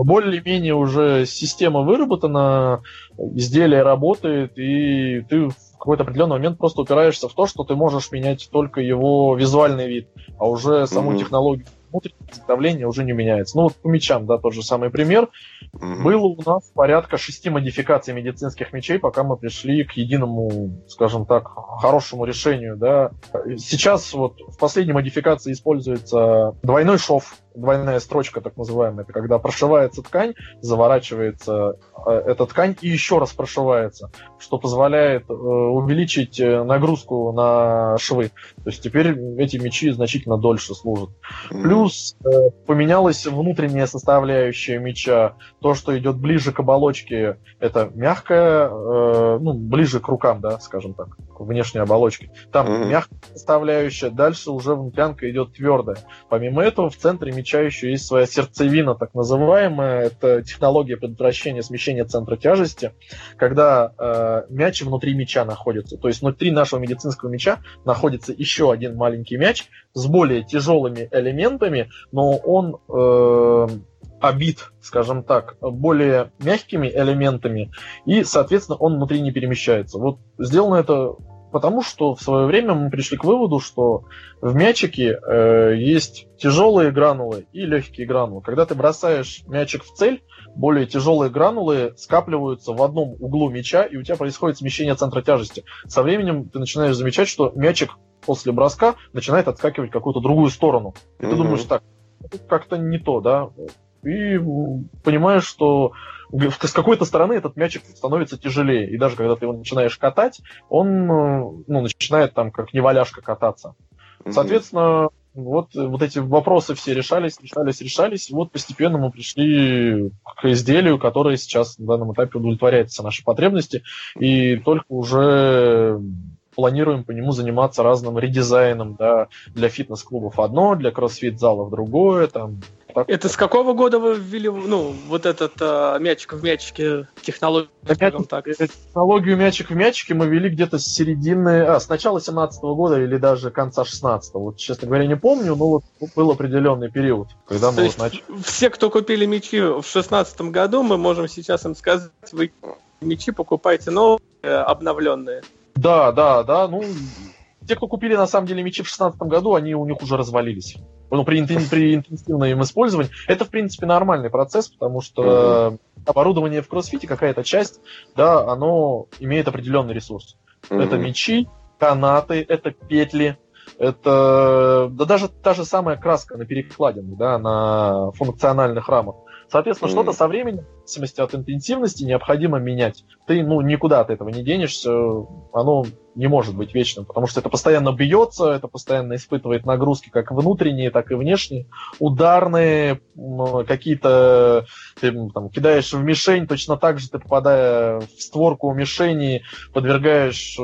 более-менее уже система выработана, изделие работает, и ты в какой-то определенный момент просто упираешься в то, что ты можешь менять только его визуальный вид, а уже саму mm-hmm. технологию внутреннего изготовления уже не меняется. Ну вот по мечам, да, тот же самый пример. Mm-hmm. Было у нас порядка шести модификаций медицинских мечей, пока мы пришли к единому, скажем так, хорошему решению, да. Сейчас вот в последней модификации используется двойной шов, двойная строчка, так называемая, это когда прошивается ткань, заворачивается э, эта ткань и еще раз прошивается, что позволяет э, увеличить нагрузку на швы. То есть теперь эти мечи значительно дольше служат. Плюс э, поменялась внутренняя составляющая меча. То, что идет ближе к оболочке, это мягкая, э, ну, ближе к рукам, да, скажем так, к внешней оболочке. Там mm-hmm. мягкая составляющая, дальше уже внутрянка идет твердая. Помимо этого, в центре меча еще есть своя сердцевина, так называемая. Это технология предотвращения смещения центра тяжести, когда э, мяч внутри мяча находится. То есть внутри нашего медицинского мяча находится еще один маленький мяч с более тяжелыми элементами, но он э, обит, скажем так, более мягкими элементами, и, соответственно, он внутри не перемещается. Вот сделано это потому, что в свое время мы пришли к выводу, что в мячике э, есть тяжелые гранулы и легкие гранулы. Когда ты бросаешь мячик в цель, более тяжелые гранулы скапливаются в одном углу мяча, и у тебя происходит смещение центра тяжести. Со временем ты начинаешь замечать, что мячик после броска начинает отскакивать в какую-то другую сторону. И mm-hmm. ты думаешь, так, как-то не то, да? И понимаешь, что с какой-то стороны этот мячик становится тяжелее. И даже когда ты его начинаешь катать, он ну, начинает там как неваляшка кататься. Mm-hmm. Соответственно, вот, вот эти вопросы все решались, решались, решались. И вот постепенно мы пришли к изделию, которое сейчас на данном этапе удовлетворяет все наши потребности. И только уже планируем по нему заниматься разным редизайном, да, для фитнес-клубов одно, для кроссфит-залов другое, там. Так. Это с какого года вы ввели, ну, вот этот а, мячик в мячике, технологию, скажем так? Технологию мячик в мячике мы ввели где-то с середины, а, с начала семнадцатого года или даже конца шестнадцатого. Вот, честно говоря, не помню, но вот был определенный период, когда мы вот начали. Все, кто купили мячи в шестнадцатом году, мы можем сейчас им сказать, вы мячи покупайте новые, обновленные. Да, да, да, ну, те, кто купили, на самом деле, мячи в шестнадцатом году, они у них уже развалились. Ну, при, при интенсивном им использовании. Это, в принципе, нормальный процесс, потому что mm-hmm. оборудование в кроссфите, какая-то часть, да, оно имеет определенный ресурс. Mm-hmm. Это мячи, канаты, это петли, это да, даже та же самая краска на перекладинах, да, на функциональных рамах. Соответственно, mm-hmm. что-то со временем, в зависимости от интенсивности, необходимо менять. Ты, ну, никуда от этого не денешься, оно не может быть вечным, потому что это постоянно бьется, это постоянно испытывает нагрузки как внутренние, так и внешние. Ударные, какие-то ты там кидаешь в мишень, точно так же ты, попадая в створку мишени, подвергаешь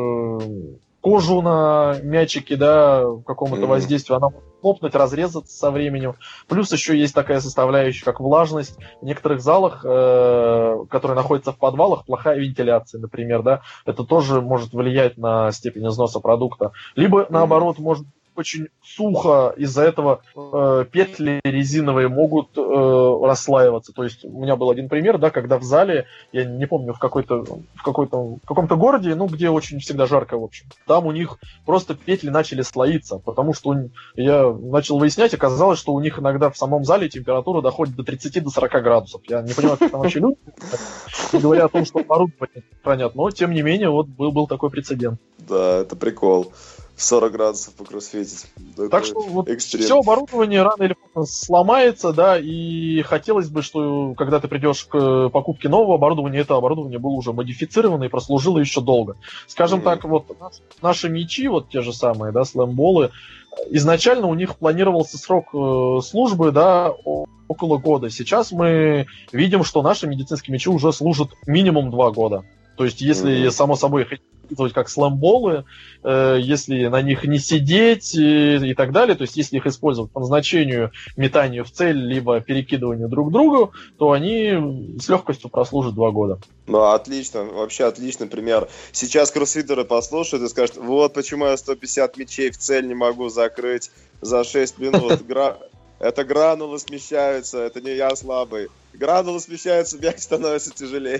кожу на мячике, да, какому-то mm-hmm. воздействию, она может лопнуть, разрезаться со временем. Плюс еще есть такая составляющая, как влажность. В некоторых залах, э, которые находятся в подвалах, плохая вентиляция, например, да, это тоже может влиять на степень износа продукта. Либо, mm-hmm. наоборот, может очень сухо, из-за этого э, петли резиновые могут э, расслаиваться. То есть у меня был один пример, да, когда в зале, я не помню, в какой-то в какой-то в каком-то городе, ну, где очень всегда жарко, в общем, там у них просто петли начали слоиться, потому что я начал выяснять, оказалось, что у них иногда в самом зале температура доходит до тридцати сорока градусов. Я не понимаю, как там вообще люди, не говоря о том, что оборудование хранят, но, тем не менее, вот был, был такой прецедент. Да, это прикол. сорок градусов по кроссфитить. Так что вот все оборудование рано или поздно сломается, да, и хотелось бы, что когда ты придешь к покупке нового оборудования, это оборудование было уже модифицировано и прослужило еще долго. Скажем mm-hmm. так, вот наши мячи, вот те же самые, да, слэмболы, изначально у них планировался срок э, службы, да, около года. Сейчас мы видим, что наши медицинские мячи уже служат минимум два года. То есть, если, mm-hmm. само собой, их использовать как слэмболы, э, если на них не сидеть и, и так далее, то есть, если их использовать по назначению, метанию в цель, либо перекидыванию друг к другу, то они с легкостью прослужат два года. Ну, отлично, вообще отличный пример. Сейчас кроссфитеры послушают и скажут, вот почему я сто пятьдесят мячей в цель не могу закрыть за шесть минут. Это гранулы смещаются, это не я слабый. градул смещается, мяч становится тяжелее.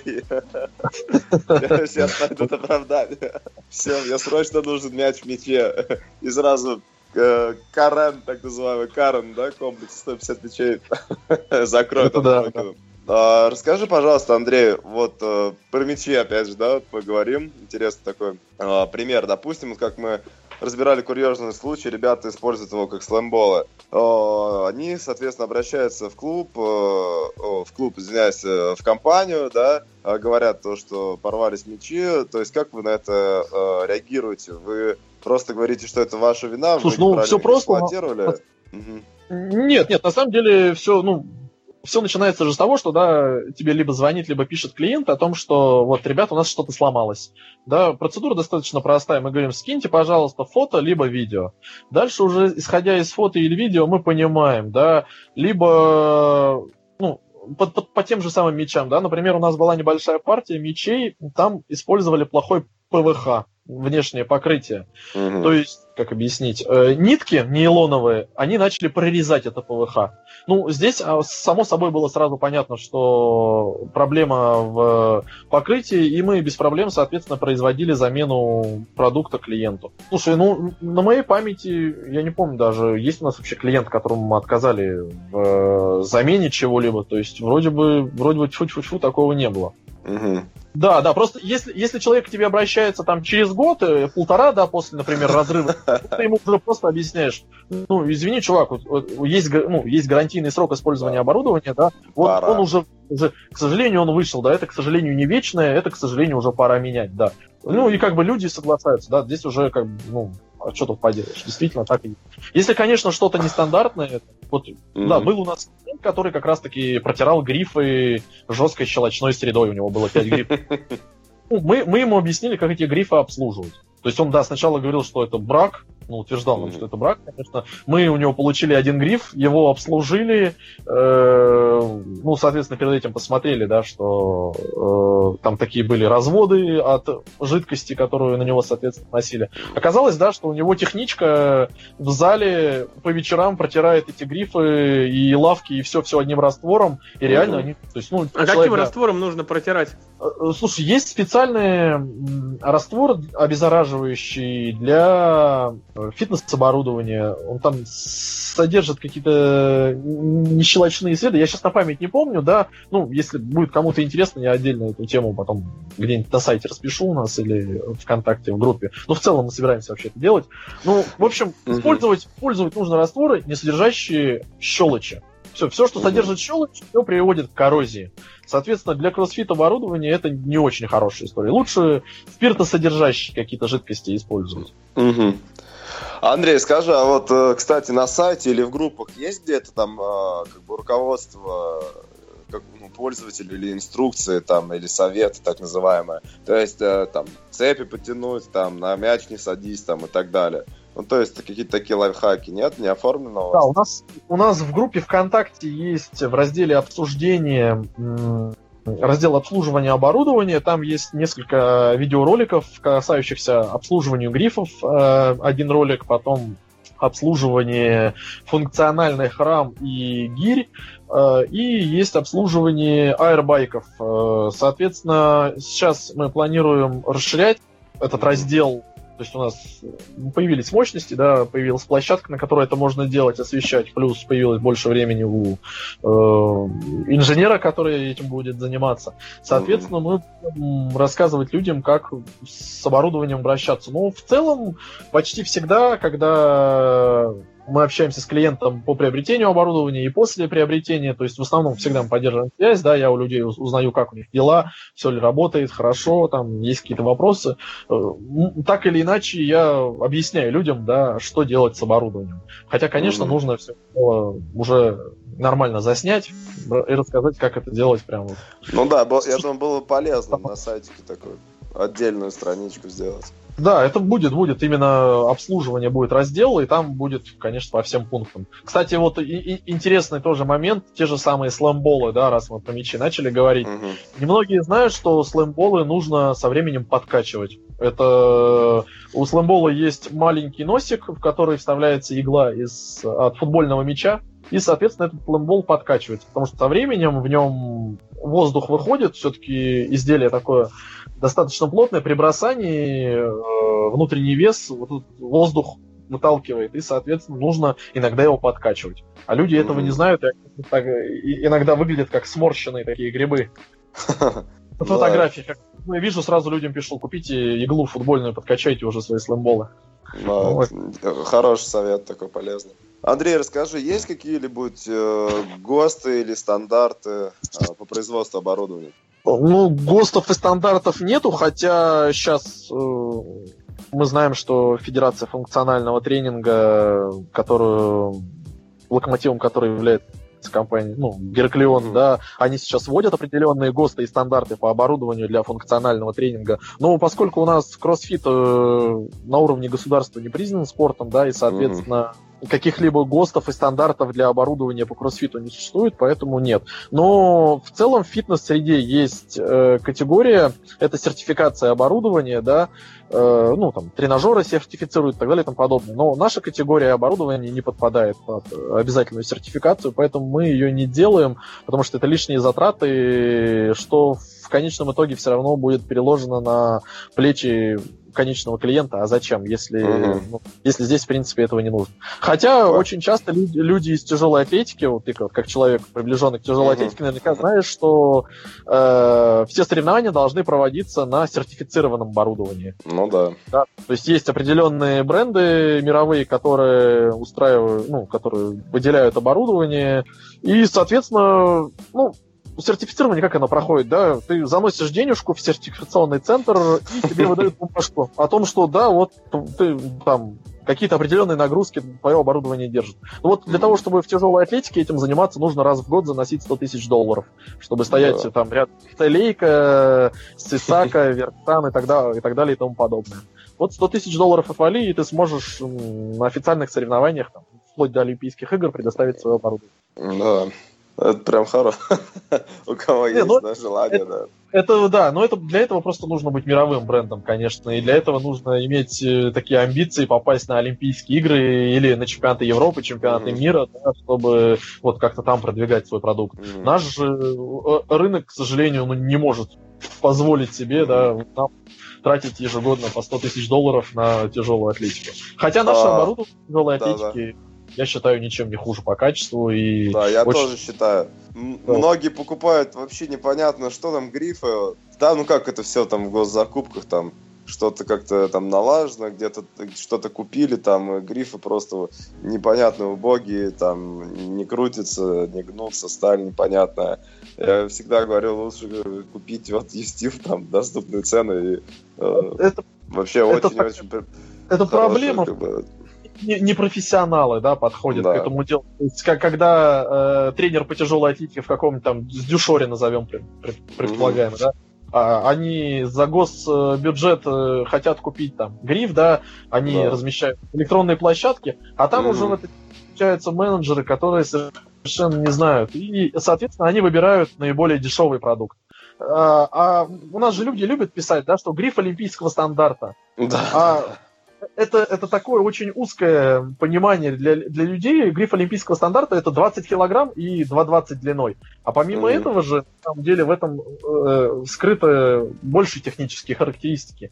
Сейчас найдут оправдание. Все, мне срочно нужен мяч в мяче. И сразу Карен, так называемый Карен, да, комплекс сто пятьдесят мячей закроет. А, расскажи, пожалуйста, Андрей, вот а, про мячи опять же, да, поговорим. Интересный такой а, пример. Допустим, вот как мы разбирали курьезный случай, ребята используют его как слэмболы. А, они, соответственно, обращаются в клуб, а, о, в клуб, извиняюсь, в компанию, да, а, говорят то, что порвались мячи. То есть как вы на это а, реагируете? Вы просто говорите, что это ваша вина? Слушай, вы ну все просто. Но... Угу. Нет, нет, на самом деле все, ну, все начинается же с того, что, да, тебе либо звонит, либо пишет клиент о том, что вот, ребята, у нас что-то сломалось. Да, процедура достаточно простая. Мы говорим, скиньте, пожалуйста, фото, либо видео. Дальше уже, исходя из фото или видео, мы понимаем, да, либо, ну, по, по, по тем же самым мячам, да, например, у нас была небольшая партия мячей, там использовали плохой ПВХ, внешнее покрытие. Угу. То есть, как объяснить, э, нитки нейлоновые, они начали прорезать это ПВХ. Ну, здесь, само собой, было сразу понятно, что проблема в покрытии, и мы без проблем, соответственно, производили замену продукта клиенту. Слушай, ну, на моей памяти, я не помню даже, есть у нас вообще клиент, которому мы отказали в замене чего-либо, то есть вроде бы, вроде бы тьфу-тьфу-тьфу, такого не было. Угу. Да, да, просто если, если человек к тебе обращается там через год, полтора, да, после, например, разрыва, ты ему уже просто объясняешь, ну, извини, чувак, вот, вот, есть, ну, есть гарантийный срок использования оборудования, да, вот пора. Он уже, уже, к сожалению, он вышел, да, это, к сожалению, не вечное, это, к сожалению, уже пора менять, да. Ну, и как бы люди соглашаются, да, здесь уже, как бы, ну, а что тут поделаешь, действительно так и есть. Если, конечно, что-то нестандартное, вот, mm-hmm. да, был у нас клиент, который как раз-таки протирал грифы жесткой щелочной средой, у него было пять грифов. Ну, мы, мы ему объяснили, как эти грифы обслуживать. То есть он, да, сначала говорил, что это брак, ну, утверждал нам, mm-hmm. что это брак, конечно. Мы у него получили один гриф, его обслужили, э, ну, соответственно, перед этим посмотрели, да, что э, там такие были разводы от жидкости, которую на него, соответственно, носили. Оказалось, да, что у него техничка в зале по вечерам протирает эти грифы и лавки, и все-все одним раствором, и реально mm-hmm. они... То есть, ну, а человек, каким да, раствором нужно протирать? Слушай, есть специальный раствор обеззараживающий для фитнес-оборудования. Он там содержит какие-то нещелочные следы. Я сейчас на память не помню, да. Ну, если будет кому-то интересно, я отдельно эту тему потом где-нибудь на сайте распишу у нас или ВКонтакте в группе. Но в целом мы собираемся вообще это делать. Ну, в общем, mm-hmm. использовать, использовать нужно растворы, не содержащие щелочи. Все, все, что содержит щелочь, все приводит к коррозии. Соответственно, для кроссфит оборудования это не очень хорошая история. Лучше спиртосодержащие какие-то жидкости использовать. Угу. Андрей, скажи, а вот, кстати, на сайте или в группах есть где-то там как бы руководство как, ну, пользователю или инструкции там, или советы так называемые? То есть там цепи потянуть, там на мяч не садись там и так далее. Ну, то есть какие-то такие лайфхаки, нет? Не оформлено у вас? Да, у нас, у нас в группе ВКонтакте есть в разделе обсуждения раздел обслуживания оборудования. Там есть несколько видеороликов, касающихся обслуживания грифов. Один ролик, потом обслуживание функциональных рам и гирь. И есть обслуживание аэрбайков. Соответственно, сейчас мы планируем расширять этот раздел. То есть у нас появились мощности, да, появилась площадка, на которой это можно делать, освещать, плюс появилось больше времени у э, инженера, который этим будет заниматься. Соответственно, мы будем рассказывать людям, как с оборудованием обращаться. Но в целом почти всегда, когда мы общаемся с клиентом по приобретению оборудования и после приобретения, то есть в основном всегда мы поддерживаем связь, да, я у людей узнаю, как у них дела, все ли работает хорошо, там есть какие-то вопросы. Так или иначе я объясняю людям, да, что делать с оборудованием. Хотя, конечно, mm-hmm. нужно все уже нормально заснять и рассказать, как это делать прямо. Ну да, я думаю, было полезно на сайтике такую отдельную страничку сделать. Да, это будет, будет именно обслуживание, будет раздел, и там будет, конечно, по всем пунктам. Кстати, вот и, и интересный тоже момент, те же самые слэмболы, да, раз мы про мячи начали говорить. Угу. Немногие знают, что слэмболы нужно со временем подкачивать. Это у слэмбола есть маленький носик, в который вставляется игла из, от футбольного мяча. и, соответственно, этот флеймбол подкачивается, потому что со временем в нем воздух выходит, все-таки изделие такое достаточно плотное, при бросании э, внутренний вес, вот этот воздух выталкивает, и, соответственно, нужно иногда его подкачивать. А люди mm-hmm. этого не знают, и так, и иногда выглядят как сморщенные такие грибы. На фотографии, как я вижу, сразу людям пишу, купите иглу футбольную, подкачайте уже свои слэмболы. Вот. Хороший совет, такой полезный. Андрей, расскажи, есть какие-либо э, ГОСТы или стандарты э, по производству оборудования? Ну, ГОСТов и стандартов нету, хотя сейчас э, мы знаем, что Федерация функционального тренинга, которую, локомотивом которой является компания, ну, Гераклион, mm-hmm. да, они сейчас вводят определенные ГОСТы и стандарты по оборудованию для функционального тренинга. Но поскольку у нас кроссфит э, на уровне государства не признан спортом, да, и, соответственно, mm-hmm. каких-либо ГОСТов и стандартов для оборудования по кроссфиту не существует, поэтому нет. Но в целом в фитнес-среде есть э, категория, это сертификация оборудования, да, э, ну, там, тренажеры сертифицируют и так далее и тому подобное. Но наша категория оборудования не подпадает под обязательную сертификацию, поэтому мы ее не делаем, потому что это лишние затраты, что в конечном итоге все равно будет переложено на плечи конечного клиента, а зачем, если, uh-huh. ну, если здесь, в принципе, этого не нужно. Хотя uh-huh. очень часто люди, люди из тяжелой атлетики, вот ты как человек, приближенный к тяжелой uh-huh. атлетике, наверняка знаешь, что э, все соревнования должны проводиться на сертифицированном оборудовании. Ну да. да. То есть есть определенные бренды мировые, которые устраивают, ну, которые выделяют оборудование, и, соответственно, ну, сертифицирование, как оно проходит, да, ты заносишь денежку в сертификационный центр, и тебе выдают бумажку о том, что, да, вот ты там какие-то определенные нагрузки твое оборудование держит. Ну вот для того, чтобы в тяжелой атлетике этим заниматься, нужно раз в год заносить сто тысяч долларов, чтобы стоять да. там рядом с Лейка, с Исака, Верктан и так далее, и так далее и тому подобное. Вот сто тысяч долларов отвали, и ты сможешь на официальных соревнованиях, там, вплоть до Олимпийских игр, предоставить свое оборудование. Да. Это прям хорошо. У кого не, есть ну, да, желание, это, да. Это да, но это, для этого просто нужно быть мировым брендом, конечно. И для этого нужно иметь э, такие амбиции попасть на Олимпийские игры или на чемпионаты Европы, чемпионаты mm-hmm. мира, да, чтобы вот как-то там продвигать свой продукт. Mm-hmm. Наш же э, рынок, к сожалению, ну, не может позволить себе, mm-hmm. да, нам тратить ежегодно по сто тысяч долларов на тяжелую атлетику. Хотя наше а, оборудование тяжелой да, атлетики... Да. Я считаю, ничем не хуже по качеству. И да, я очень... тоже считаю. М- да. Многие покупают вообще непонятно, что там грифы. Да, ну как это все там в госзакупках, там что-то как-то там налажено, где-то что-то купили, там грифы просто непонятно убогие, там не крутятся, не гнутся, сталь непонятная. Я всегда говорю, лучше купить вот Юстив, там доступные цены. И, э, это, вообще очень-очень... Это, это проблема. Как бы, непрофессионалы, да, подходят да. к этому делу. То есть, как, когда э, тренер по тяжелой атлетике в каком-нибудь там с дюшоре назовем, предполагаемо, mm-hmm. да, а, они за госбюджет э, хотят купить там гриф, да, они да. размещают электронные площадки, а там mm-hmm. уже в это встречаются менеджеры, которые совершенно не знают. И, соответственно, они выбирают наиболее дешевый продукт. А, а у нас же люди любят писать, да, что гриф олимпийского стандарта. Да. А, Это, это такое очень узкое понимание для, для людей. Гриф олимпийского стандарта это двадцать килограмм и два двадцать длиной. А помимо mm-hmm. этого же, на самом деле, в этом э, скрыты больше технические характеристики.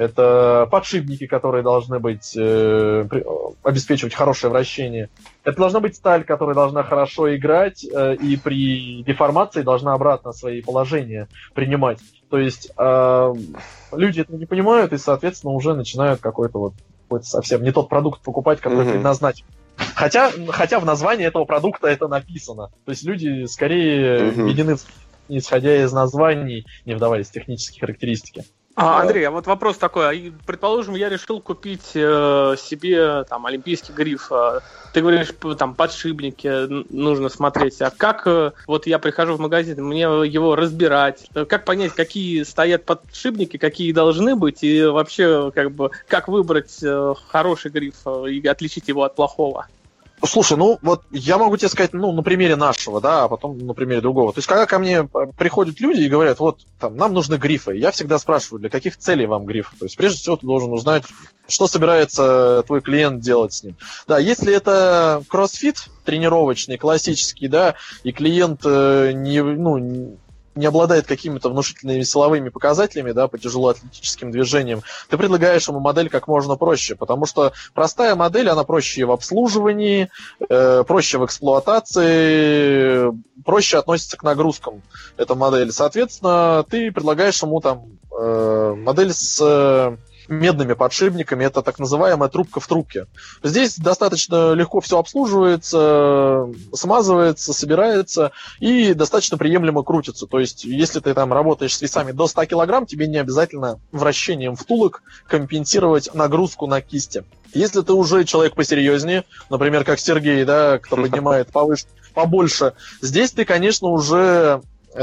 Это подшипники, которые должны быть, э, при, обеспечивать хорошее вращение. Это должна быть сталь, которая должна хорошо играть э, и при деформации должна обратно свои положения принимать. То есть э, люди это не понимают и, соответственно, уже начинают какой-то вот какой-то совсем не тот продукт покупать, который mm-hmm. предназначен. Хотя, хотя в названии этого продукта это написано. То есть люди скорее mm-hmm. введены, исходя из названий, не вдаваясь в технические характеристики. А, Андрей, а вот вопрос такой. Предположим, я решил купить э, себе там олимпийский гриф. Ты говоришь, там подшипники нужно смотреть. А как э, вот я прихожу в магазин, мне его разбирать? Как понять, какие стоят подшипники, какие должны быть, и вообще как бы как выбрать э, хороший гриф и отличить его от плохого? Слушай, ну вот я могу тебе сказать, ну, на примере нашего, да, а потом на примере другого. То есть, когда ко мне приходят люди и говорят, вот, там, нам нужны грифы, я всегда спрашиваю, для каких целей вам гриф? То есть, прежде всего, ты должен узнать, что собирается твой клиент делать с ним. Да, если это кроссфит тренировочный, классический, да, и клиент э, не, ну, не обладает какими-то внушительными силовыми показателями, да, по тяжелоатлетическим движениям, ты предлагаешь ему модель как можно проще, потому что простая модель, она проще в обслуживании, э, проще в эксплуатации, проще относится к нагрузкам, эта модель. Соответственно, ты предлагаешь ему там э, модель с э, медными подшипниками, это так называемая трубка в трубке. Здесь достаточно легко все обслуживается, смазывается, собирается и достаточно приемлемо крутится. То есть, если ты там работаешь с весами до ста килограмм, тебе не обязательно вращением втулок компенсировать нагрузку на кисти. Если ты уже человек посерьезнее, например, как Сергей, да, кто поднимает повыше, побольше, здесь ты, конечно, уже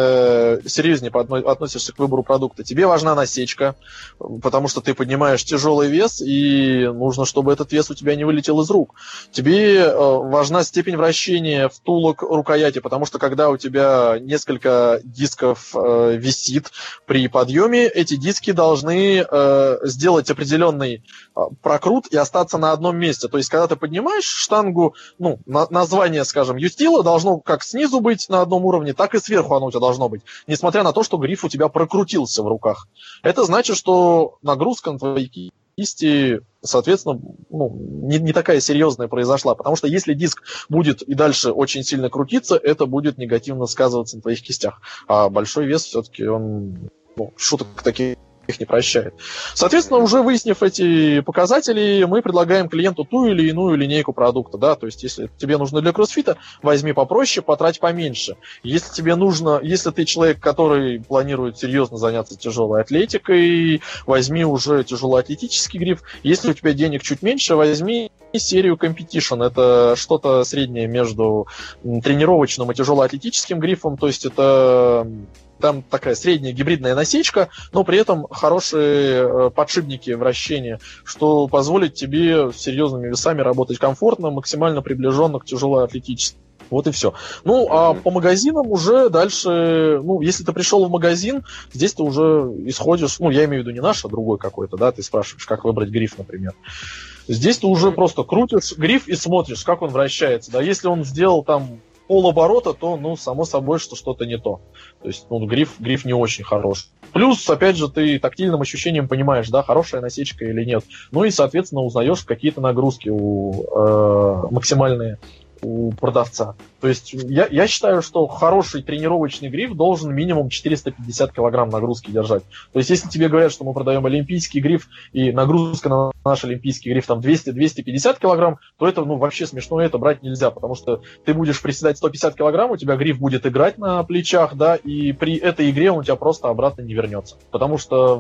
Э, серьезнее относишься к выбору продукта. Тебе важна насечка, потому что ты поднимаешь тяжелый вес, и нужно, чтобы этот вес у тебя не вылетел из рук. Тебе э, важна степень вращения втулок рукояти, потому что когда у тебя несколько дисков э, висит при подъеме, эти диски должны э, сделать определенный э, прокрут и остаться на одном месте. То есть, когда ты поднимаешь штангу, ну, на, название, скажем, юстила должно как снизу быть на одном уровне, так и сверху оно у тебя должно быть, несмотря на то, что гриф у тебя прокрутился в руках. Это значит, что нагрузка на твои кисти, соответственно, ну, не, не такая серьезная произошла, потому что если диск будет и дальше очень сильно крутиться, это будет негативно сказываться на твоих кистях. А большой вес все-таки, он, ну, шуток таких их не прощает. Соответственно, уже выяснив эти показатели, мы предлагаем клиенту ту или иную линейку продукта, да, то есть, если тебе нужно для кроссфита, возьми попроще, потрать поменьше. Если тебе нужно, если ты человек, который планирует серьезно заняться тяжелой атлетикой, возьми уже тяжелоатлетический гриф. Если у тебя денег чуть меньше, возьми серию Competition. Это что-то среднее между тренировочным и тяжелоатлетическим грифом, то есть это там такая средняя гибридная насечка, но при этом хорошие подшипники вращения, что позволит тебе с серьезными весами работать комфортно, максимально приближенно к тяжелоатлетическим. Вот и все. Ну, а по магазинам уже дальше, ну, если ты пришел в магазин, здесь ты уже исходишь, ну, я имею в виду не наш, а другой какой-то, да, ты спрашиваешь, как выбрать гриф, например. Здесь ты уже просто крутишь гриф и смотришь, как он вращается, да, если он сделал там полоборота, то, ну, само собой, что что-то не то. То есть, ну, гриф, гриф не очень хорош. Плюс, опять же, ты тактильным ощущением понимаешь, да, хорошая насечка или нет. Ну и, соответственно, узнаешь какие-то нагрузки у, э, максимальные у продавца. То есть я, я считаю, что хороший тренировочный гриф должен минимум четыреста пятьдесят килограмм нагрузки держать. То есть если тебе говорят, что мы продаем олимпийский гриф, и нагрузка на наш олимпийский гриф там двести - двести пятьдесят килограмм, то это, ну, вообще смешно, это брать нельзя, потому что ты будешь приседать сто пятьдесят килограмм, у тебя гриф будет играть на плечах, да, и при этой игре он у тебя просто обратно не вернется. Потому что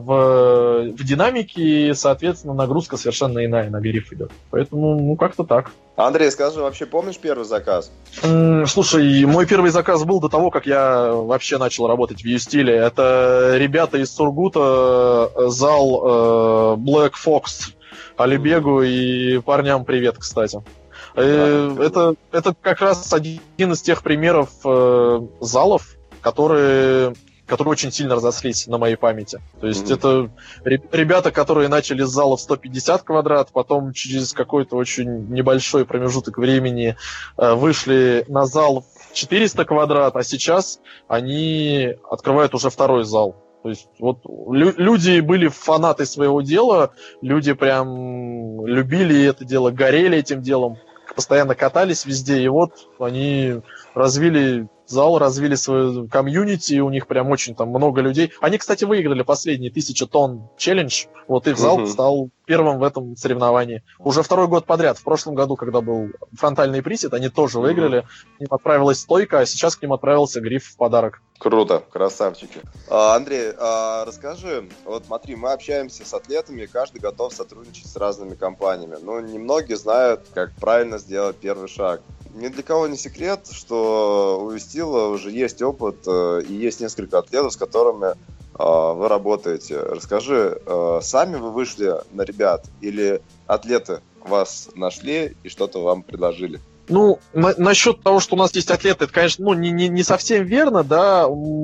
в, в динамике, соответственно, нагрузка совершенно иная на гриф идет. Поэтому, ну, как-то так. Андрей, скажи, вообще помнишь первый заказ? Слушай, мой первый заказ был до того, как я вообще начал работать в Юстиле. Это ребята из Сургута, зал э, Black Fox, Алибегу и парням привет, кстати. Э, это, это как раз один из тех примеров э, залов, которые... которые очень сильно разошлись на моей памяти. То есть mm-hmm. это ребята, которые начали с зала в сто пятьдесят квадрат, потом через какой-то очень небольшой промежуток времени э, вышли на зал в четыреста квадрат, а сейчас они открывают уже второй зал. То есть вот лю- люди были фанаты своего дела, люди прям любили это дело, горели этим делом, постоянно катались везде, и вот они развили зал, развили свою комьюнити, у них прям очень там много людей. Они, кстати, выиграли последний тысяча тонн челлендж, вот их зал uh-huh. стал первым в этом соревновании. Уже второй год подряд. В прошлом году, когда был фронтальный присед, они тоже выиграли. К ним отправилась стойка, а сейчас к ним отправился гриф в подарок. Круто, красавчики. А, Андрей, а, расскажи, вот смотри, мы общаемся с атлетами, и каждый готов сотрудничать с разными компаниями, но немногие знают, как правильно сделать первый шаг. Ни для кого не секрет, что у Юстила уже есть опыт э, и есть несколько атлетов, с которыми э, вы работаете. Расскажи, э, сами вы вышли на ребят или атлеты вас нашли и что-то вам предложили? Ну, на- насчет того, что у нас есть атлеты, это, конечно, ну, не, не, не совсем верно, да.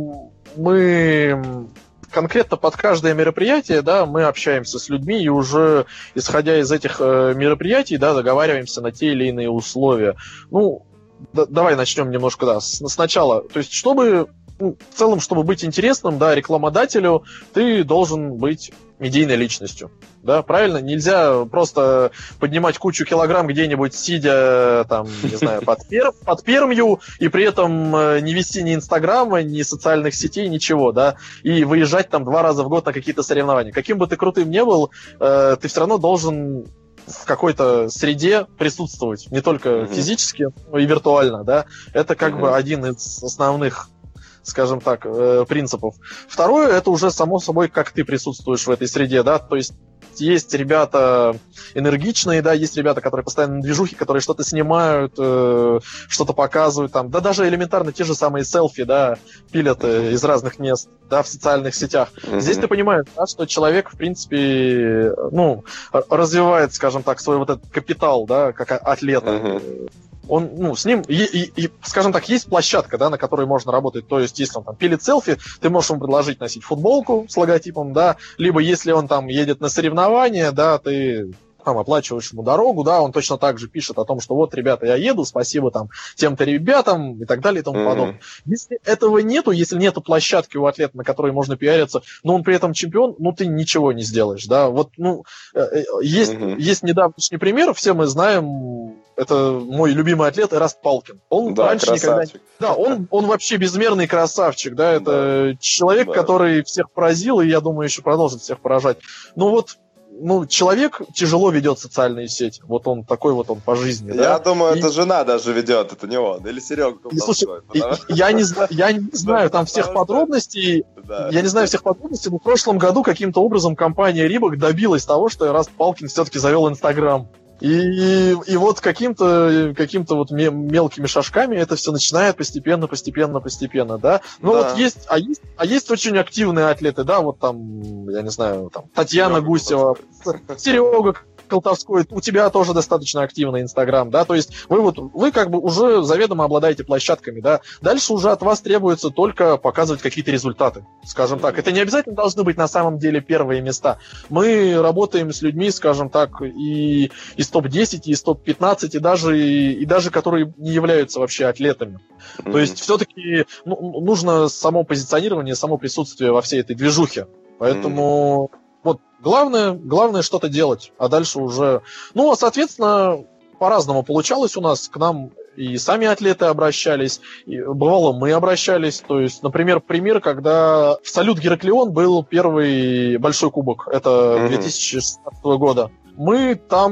Мы конкретно под каждое мероприятие, да, мы общаемся с людьми и уже, исходя из этих э, мероприятий, да, договариваемся на те или иные условия. Ну, да, давай начнем немножко, да, с, сначала. То есть, чтобы, ну, в целом, чтобы быть интересным, да, рекламодателю, ты должен быть медийной личностью. Да, правильно? Нельзя просто поднимать кучу килограмм где-нибудь, сидя, там, не знаю, под, пер, под Пермью, и при этом не вести ни Инстаграма, ни социальных сетей, ничего, да, и выезжать там два раза в год на какие-то соревнования. Каким бы ты крутым ни был, э, ты все равно должен в какой-то среде присутствовать, не только mm-hmm. физически, но и виртуально, да. Это как mm-hmm. бы один из основных, скажем так, э, принципов. Второе, это уже само собой, как ты присутствуешь в этой среде, да, то есть есть ребята энергичные, да, есть ребята, которые постоянно на движухе, которые что-то снимают, э, что-то показывают, там, да, даже элементарно те же самые селфи, да, пилят э, из разных мест, да, в социальных сетях. Mm-hmm. Здесь ты понимаешь, да, что человек, в принципе, ну, развивает, скажем так, свой вот этот капитал, да, как атлета. Mm-hmm. Он, ну, с ним, и, и, и, скажем так, есть площадка, да, на которой можно работать. То есть, если он там пилит селфи, ты можешь ему предложить носить футболку с логотипом, да, либо если он там едет на соревнования, да, ты там оплачиваешь ему дорогу, да, он точно так же пишет о том, что вот, ребята, я еду, спасибо там тем-то ребятам и так далее и тому mm-hmm. подобное. Если этого нету, если нету площадки у атлета, на которой можно пиариться, но он при этом чемпион, ну, ты ничего не сделаешь, да, вот, ну, есть, mm-hmm. есть недавний пример, все мы знаем, это мой любимый атлет Эраст Палкин. Он да, раньше красавчик. никогда... Да, он, он вообще безмерный красавчик, да, это да. человек, да. который всех поразил, и, я думаю, еще продолжит всех поражать. Ну, вот, ну, человек тяжело ведет социальные сети. Вот он такой вот он по жизни. Я да? думаю, и... это жена даже ведет, это не он. Или Серега Колдовской. Потому... Я не знаю, я не знаю там всех подробностей. Да. Я не знаю всех подробностей, но в прошлом году каким-то образом компания Reebok добилась того, что Эраст Палкин все-таки завел Инстаграм. И, и, и вот каким-то, каким-то вот мелкими шажками это все начинает постепенно, постепенно, постепенно, да. Ну да. вот есть, а есть, а есть очень активные атлеты, да, вот там, я не знаю, там Татьяна Серега Гусева, Серега Колтовской, у тебя тоже достаточно активный Инстаграм, да, то есть вы вот, вы как бы уже заведомо обладаете площадками, да, дальше уже от вас требуется только показывать какие-то результаты, скажем так, это не обязательно должны быть на самом деле первые места, мы работаем с людьми, скажем так, и из топ десять, и из топ пятнадцать, и даже, и, и даже которые не являются вообще атлетами, mm-hmm. то есть все-таки ну, нужно само позиционирование, само присутствие во всей этой движухе, поэтому... Mm-hmm. Вот, главное, главное что-то делать, а дальше уже... Ну, а, соответственно, по-разному получалось у нас, к нам и сами атлеты обращались, и бывало мы обращались, то есть, например, пример, когда в Салют Гераклион был первый большой кубок, это mm-hmm. две тысячи шестнадцатого года. Мы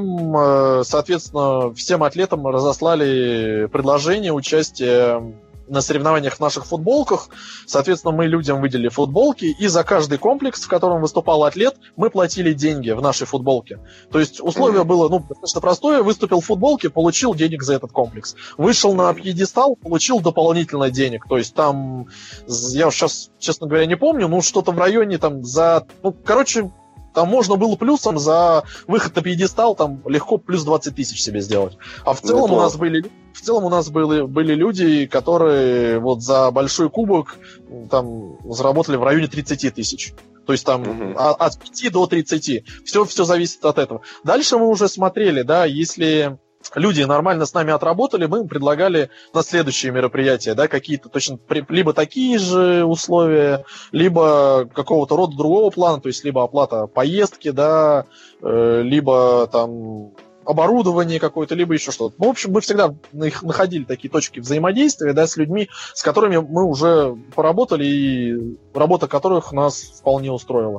там, соответственно, всем атлетам разослали предложение участия на соревнованиях в наших футболках. Соответственно, мы людям выделили футболки, и за каждый комплекс, в котором выступал атлет, мы платили деньги в нашей футболке. То есть условие mm-hmm. было ну, достаточно простое. Выступил в футболке, получил денег за этот комплекс. Вышел mm-hmm. на пьедестал, получил дополнительно денег. То есть там, я сейчас, честно говоря, не помню, ну что-то в районе там за... Ну, короче... Там можно было плюсом за выход на пьедестал там легко плюс двадцать тысяч себе сделать. А в целом у нас были, в целом у нас были, были люди, которые вот за большой кубок там заработали в районе тридцать тысяч. То есть там uh-huh. от пяти до тридцати. Все, все зависит от этого. Дальше мы уже смотрели, да, если... люди нормально с нами отработали, мы им предлагали на следующие мероприятия, да, какие-то точно, либо такие же условия, либо какого-то рода другого плана, то есть либо оплата поездки, да, э, либо там оборудование какое-то, либо еще что-то. Ну, в общем, мы всегда находили такие точки взаимодействия, да, с людьми, с которыми мы уже поработали, и работа которых нас вполне устроила.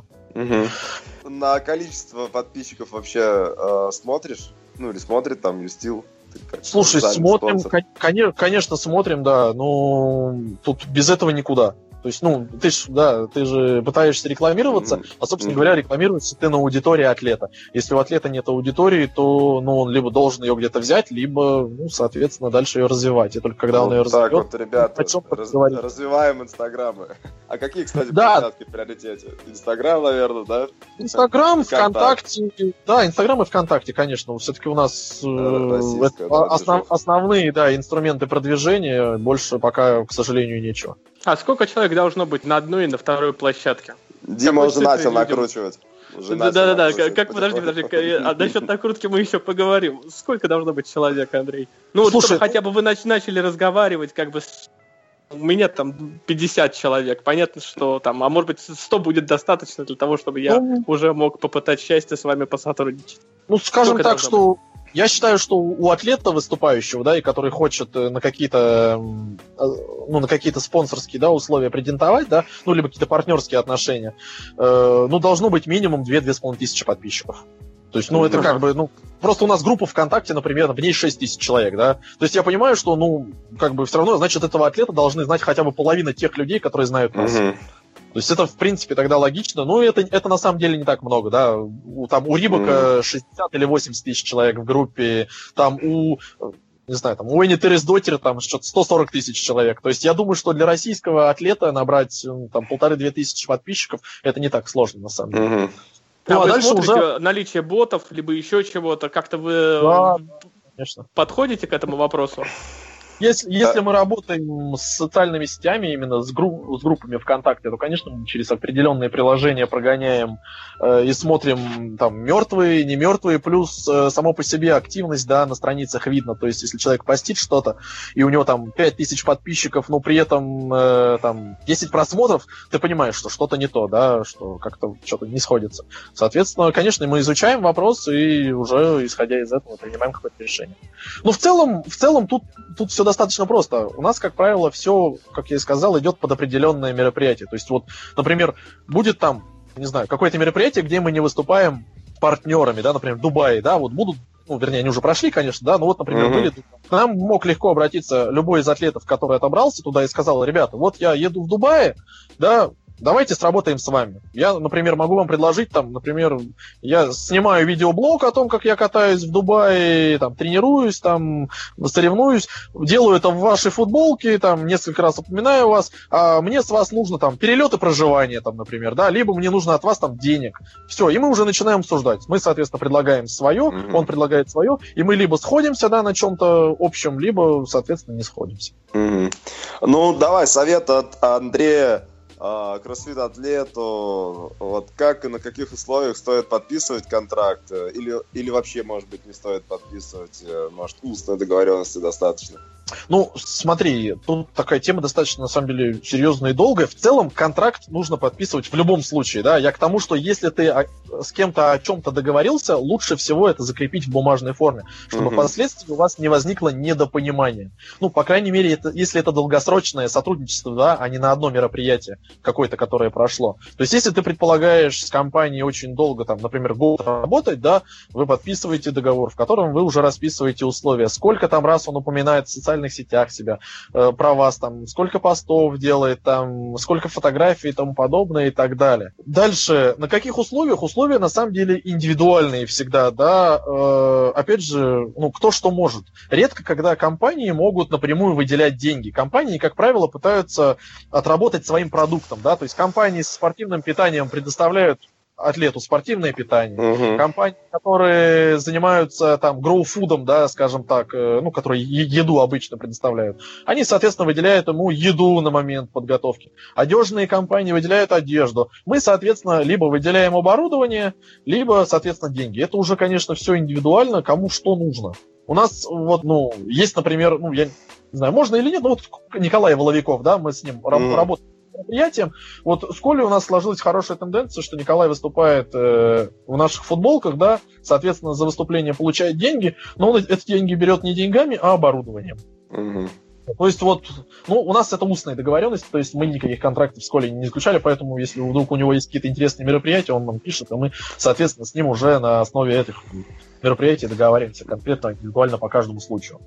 Угу. На количество подписчиков вообще э, смотришь? Ну, или смотрит там Юстил? Слушай, смотрим, кон- конечно, смотрим, да, но тут без этого никуда. То есть, ну, ты ж, да, ты же пытаешься рекламироваться, mm-hmm. а, собственно mm-hmm. говоря, рекламируешься ты на аудитории атлета. Если у атлета нет аудитории, то, ну, он либо должен ее где-то взять, либо, ну, соответственно, дальше ее развивать. И только когда вот он ее развивает... Так вот, ребята, раз, развиваем инстаграмы. А какие, кстати, да. площадки в приоритете? Инстаграм, наверное, да? Инстаграм, ВКонтакте. Да, Инстаграм и ВКонтакте, конечно. Все-таки у нас э, это, основ, основные, да, инструменты продвижения. Больше пока, к сожалению, нечего. А сколько человек должно быть на одной и на второй площадке? Дима уже начал накручивать. Да-да-да, как, подожди, подожди, а насчет накрутки мы еще поговорим. Сколько должно быть человек, Андрей? Ну, вот чтобы хотя бы вы начали разговаривать, как бы, у меня там пятьдесят человек, понятно, что там, а может быть сто будет достаточно для того, чтобы я ну, уже мог попытать счастье с вами посотрудничать. Ну, скажем так, что... Быть? Я считаю, что у атлета выступающего, да, и который хочет на какие-то, ну, на какие-то спонсорские, да, условия претендовать, да, ну, либо какие-то партнерские отношения, э, ну, должно быть минимум две-две с половиной тысячи подписчиков. То есть, ну, это как бы, ну, просто у нас группа ВКонтакте, например, в ней шесть тысяч человек, да. То есть я понимаю, что, ну, как бы все равно, значит, этого атлета должны знать хотя бы половина тех людей, которые знают нас. Uh-huh. То есть это, в принципе, тогда логично. Но это, это на самом деле не так много, да. У, там, у Рибака шестьдесят или восемьдесят тысяч человек в группе. Там у, не знаю, там у Энни Тересдоттер там что-то сто сорок тысяч человек. То есть я думаю, что для российского атлета набрать там полторы-две тысячи подписчиков это не так сложно, на самом деле. Mm-hmm. Ну, а, а дальше уже наличие ботов, либо еще чего-то, как-то вы да, конечно. Подходите к этому вопросу? Если, если мы работаем с социальными сетями, именно с, групп, с группами ВКонтакте, то, конечно, мы через определенные приложения прогоняем э, и смотрим там мертвые, не мертвые, плюс э, само по себе активность, да, на страницах видно. То есть, если человек постит что-то, и у него там пять тысяч подписчиков, но при этом э, там десять просмотров, ты понимаешь, что что-то не то, да, что как-то что-то не сходится. Соответственно, конечно, мы изучаем вопрос и уже, исходя из этого, принимаем какое-то решение. Но в целом, в целом тут, тут все достаточно просто. У нас, как правило, все, как я и сказал, идет под определенное мероприятие. То есть, вот, например, будет там, не знаю, какое-то мероприятие, где мы не выступаем партнерами, да, например, в Дубае, да, вот будут, ну, вернее, они уже прошли, конечно, да, но вот, например, mm-hmm. были, к нам мог легко обратиться любой из атлетов, который отобрался туда и сказал: ребята, вот я еду в Дубае, да, давайте сработаем с вами. Я, например, могу вам предложить, там, например, я снимаю видеоблог о том, как я катаюсь в Дубае, там, тренируюсь, там, соревнуюсь, делаю это в вашей футболке, там, несколько раз упоминаю вас, а мне с вас нужно, там, перелет и проживание, там, например, да, либо мне нужно от вас, там, денег. Все, и мы уже начинаем обсуждать. Мы, соответственно, предлагаем свое, mm-hmm. он предлагает свое, и мы либо сходимся, да, на чем-то общем, либо, соответственно, не сходимся. Mm-hmm. Ну, давай совет от Андрея. Кроссфит-атлету, вот как и на каких условиях стоит подписывать контракт, или, или вообще, может быть, не стоит подписывать, может, устной договоренности достаточно? Ну, смотри, тут такая тема достаточно, на самом деле, серьезная и долгая. В целом, контракт нужно подписывать в любом случае, да. Я к тому, что если ты с кем-то о чем-то договорился, лучше всего это закрепить в бумажной форме, чтобы mm-hmm. впоследствии у вас не возникло недопонимания. Ну, по крайней мере, это, если это долгосрочное сотрудничество, да, а не на одно мероприятие какое-то, которое прошло. То есть, если ты предполагаешь с компанией очень долго, там, например, год работать, да, вы подписываете договор, в котором вы уже расписываете условия, сколько там раз он упоминает в социальных сетях себя, э, про вас, там, сколько постов делает, там, сколько фотографий и тому подобное и так далее. Дальше, на каких условиях? Условия, на самом деле, индивидуальные всегда, да, э, опять же, ну, кто что может. Редко, когда компании могут напрямую выделять деньги. Компании, как правило, пытаются отработать своим продуктом, да, то есть компании с спортивным питанием предоставляют атлету спортивное питание, uh-huh. компании, которые занимаются там гроу-фудом, да, скажем так, э, ну, которые е- еду обычно предоставляют, они, соответственно, выделяют ему еду на момент подготовки. Одежные компании выделяют одежду. Мы, соответственно, либо выделяем оборудование, либо, соответственно, деньги. Это уже, конечно, все индивидуально, кому что нужно. У нас вот, ну, есть, например, ну, я не знаю, можно или нет, но вот Николай Воловиков, да, мы с ним uh-huh. работаем мероприятием. Вот с Колей у нас сложилась хорошая тенденция, что Николай выступает э, в наших футболках, да, соответственно, за выступление получает деньги, но он эти деньги берет не деньгами, а оборудованием. Угу. То есть вот, ну, у нас это устная договоренность, то есть мы никаких контрактов с Колей не заключали, поэтому если вдруг у него есть какие-то интересные мероприятия, он нам пишет, и мы, соответственно, с ним уже на основе этих мероприятий договариваемся конкретно, индивидуально по каждому случаю.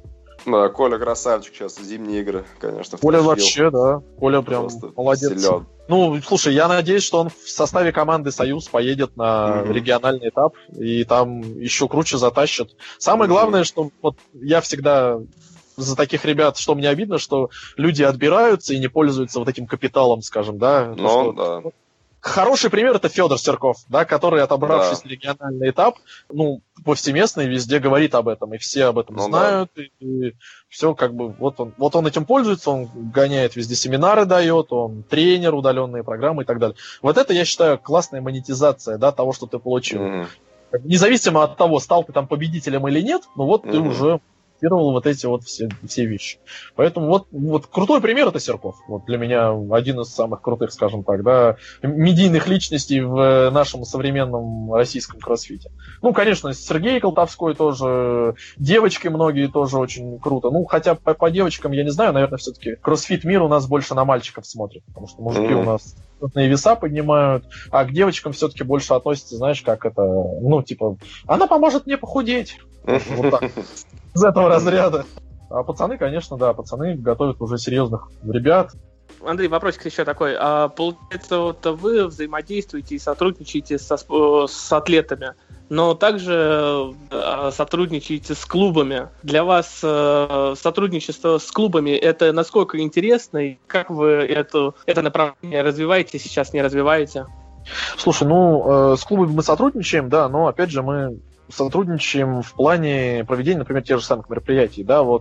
Да, Коля красавчик сейчас, зимние игры, конечно. Коля вообще, да. Коля прям Просто молодец. силен. Ну, слушай, я надеюсь, что он в составе команды «Союз» поедет на mm-hmm. региональный этап, и там еще круче затащит. Самое mm-hmm. главное, что вот я всегда за таких ребят, что мне обидно, что люди отбираются и не пользуются вот этим капиталом, скажем, да. Ну, что... да. Хороший пример — это Федор Серков, да, который, отобравшись да. на региональный этап, ну, повсеместно и везде говорит об этом, и все об этом ну, знают, да. и, и все как бы, вот он, вот он этим пользуется, он гоняет везде семинары дает, он тренер, удаленные программы и так далее. Вот это, я считаю, классная монетизация, да, того, что ты получил. Mm-hmm. Независимо от того, стал ты там победителем или нет, ну вот mm-hmm. ты уже вот эти вот все, все вещи. Поэтому вот, вот крутой пример — это Серков. Вот для меня один из самых крутых, скажем так, да, медийных личностей в нашем современном российском кроссфите. Ну, конечно, Сергей Колтовской тоже, девочки многие тоже очень круто. Ну, хотя по, по девочкам, я не знаю, наверное, все-таки кроссфит мир у нас больше на мальчиков смотрит, потому что мужики mm-hmm. у нас крупные веса поднимают, а к девочкам все-таки больше относятся, знаешь, как это, ну, типа, она поможет мне похудеть. Вот так. Из этого разряда. А пацаны, конечно, да, пацаны готовят уже серьезных ребят. Андрей, вопросик еще такой. А, получается, вот вы взаимодействуете и сотрудничаете со, с атлетами, но также а, сотрудничаете с клубами. Для вас а, сотрудничество с клубами — это насколько интересно, и как вы это, это направление развиваете, сейчас не развиваете? Слушай, ну, э, с клубами мы сотрудничаем, да, но, опять же, мы сотрудничаем в плане проведения, например, тех же самых мероприятий. Да, вот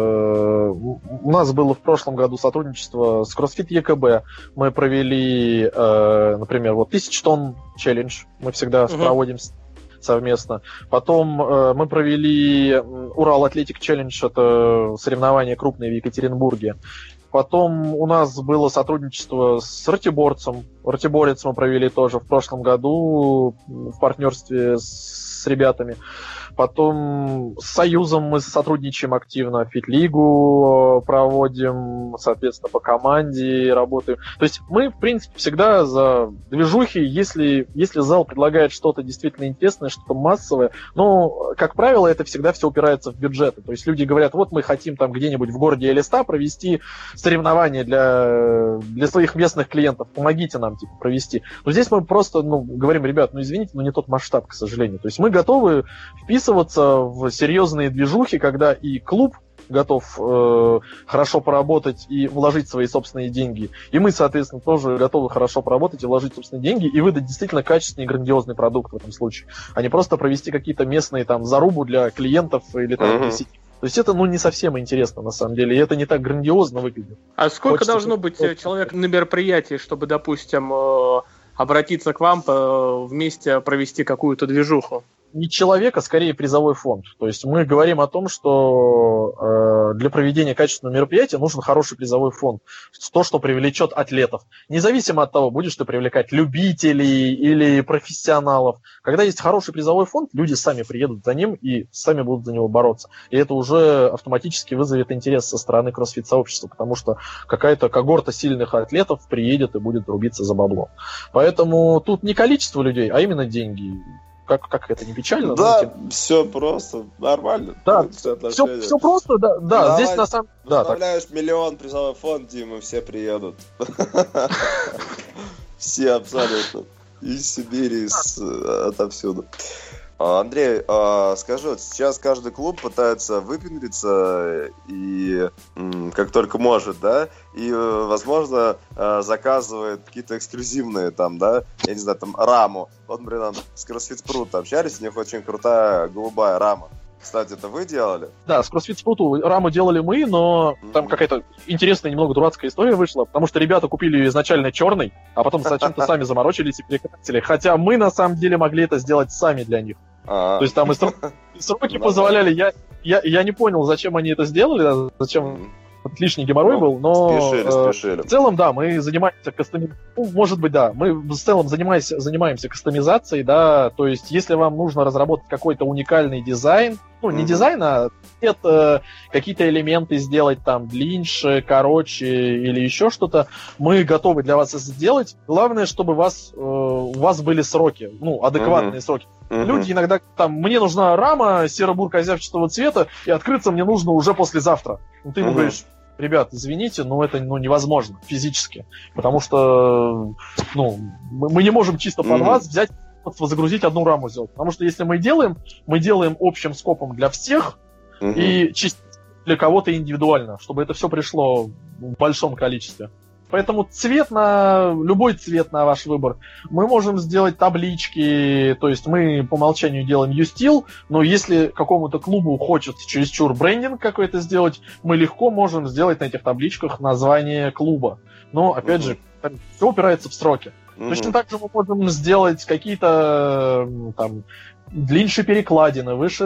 э, у нас было в прошлом году сотрудничество с CrossFit ЕКБ. Мы провели, э, например, вот тысяча тонн челлендж. Мы всегда uh-huh. проводим совместно. Потом э, мы провели Урал Атлетик Челлендж, это соревнования крупные в Екатеринбурге. Потом у нас было сотрудничество с Ратиборцем. Ратиборец мы провели тоже в прошлом году в партнерстве с ребятами. Потом с Союзом мы сотрудничаем активно, Фитлигу проводим, соответственно, по команде работаем. То есть мы, в принципе, всегда за движухи, если, если зал предлагает что-то действительно интересное, что-то массовое, но, как правило, это всегда все упирается в бюджеты. То есть люди говорят, вот мы хотим там где-нибудь в городе Элиста провести соревнования для, для своих местных клиентов, помогите нам типа провести. Но здесь мы просто ну, говорим, ребят, ну извините, но не тот масштаб, к сожалению. То есть мы готовы вписываться в серьезные движухи, когда и клуб готов э, хорошо поработать и вложить свои собственные деньги, и мы, соответственно, тоже готовы хорошо поработать и вложить собственные деньги и выдать действительно качественный и грандиозный продукт в этом случае, а не просто провести какие-то местные там зарубу для клиентов или там для сети. То есть это, ну, не совсем интересно, на самом деле, и это не так грандиозно выглядит. А сколько Хочется должно быть человек на мероприятии, чтобы, допустим, обратиться к вам, вместе провести какую-то движуху? Не человек, а скорее призовой фонд. То есть мы говорим о том, что э, для проведения качественного мероприятия нужен хороший призовой фонд. То, что привлечет атлетов. Независимо от того, будешь ты привлекать любителей или профессионалов. Когда есть хороший призовой фонд, люди сами приедут за ним и сами будут за него бороться. И это уже автоматически вызовет интерес со стороны кроссфит-сообщества, потому что какая-то когорта сильных атлетов приедет и будет рубиться за бабло. Поэтому тут не количество людей, а именно деньги. Как, как это не печально? Да, ну, типа... все просто, нормально. Да, все, все просто, да. да Давай, здесь на самом деле... Выставляешь да, миллион призовой фонд, Дима, все приедут. Все абсолютно. Из Сибири, отовсюду. Андрей, скажи, вот сейчас каждый клуб пытается выпендриться и как только может, да, и, возможно, заказывает какие-то эксклюзивные там, да, я не знаю, там, раму. Вот, например, с CrossFit Sprut общались, у них очень крутая голубая рама. Кстати, это вы делали? Да, с CrossFit Sprut раму делали мы, но mm-hmm. там какая-то интересная, немного дурацкая история вышла, потому что ребята купили изначально черный, а потом зачем-то сами заморочились и перекрасили. Хотя мы, на самом деле, могли это сделать сами для них. А-а-а. То есть там и сроки, и сроки позволяли. Я, я, я не понял, зачем они это сделали, зачем лишний геморрой ну, был, но спешили, э, спешили. в целом, да, мы занимаемся кастомизацией. Ну, может быть, да, мы в целом занимаемся, занимаемся кастомизацией, да, то есть если вам нужно разработать какой-то уникальный дизайн, Ну, не Мгм. дизайн, а цвет, э, какие-то элементы сделать там длиннее, короче или еще что-то. Мы готовы для вас это сделать. Главное, чтобы вас, э, у вас были сроки, ну, адекватные Мгм. сроки. Мгм. Люди иногда там, мне нужна рама серо-бур-козявчатого цвета, и открыться мне нужно уже послезавтра. Ну, ты ему Мгм. говоришь, ребят, извините, но это ну, невозможно физически. Потому что ну, мы, мы не можем чисто под Мгм. вас взять, загрузить одну раму сделать. Потому что если мы делаем, мы делаем общим скопом для всех Мгм. и частично для кого-то индивидуально, чтобы это все пришло в большом количестве. Поэтому цвет на любой цвет на ваш выбор. Мы можем сделать таблички, то есть мы по умолчанию делаем юстил, но если какому-то клубу хочется чересчур брендинг какой-то сделать, мы легко можем сделать на этих табличках название клуба. Но опять же, все упирается в сроки. Мгм. Точно так же мы можем сделать какие-то м, там длиннее перекладины, выше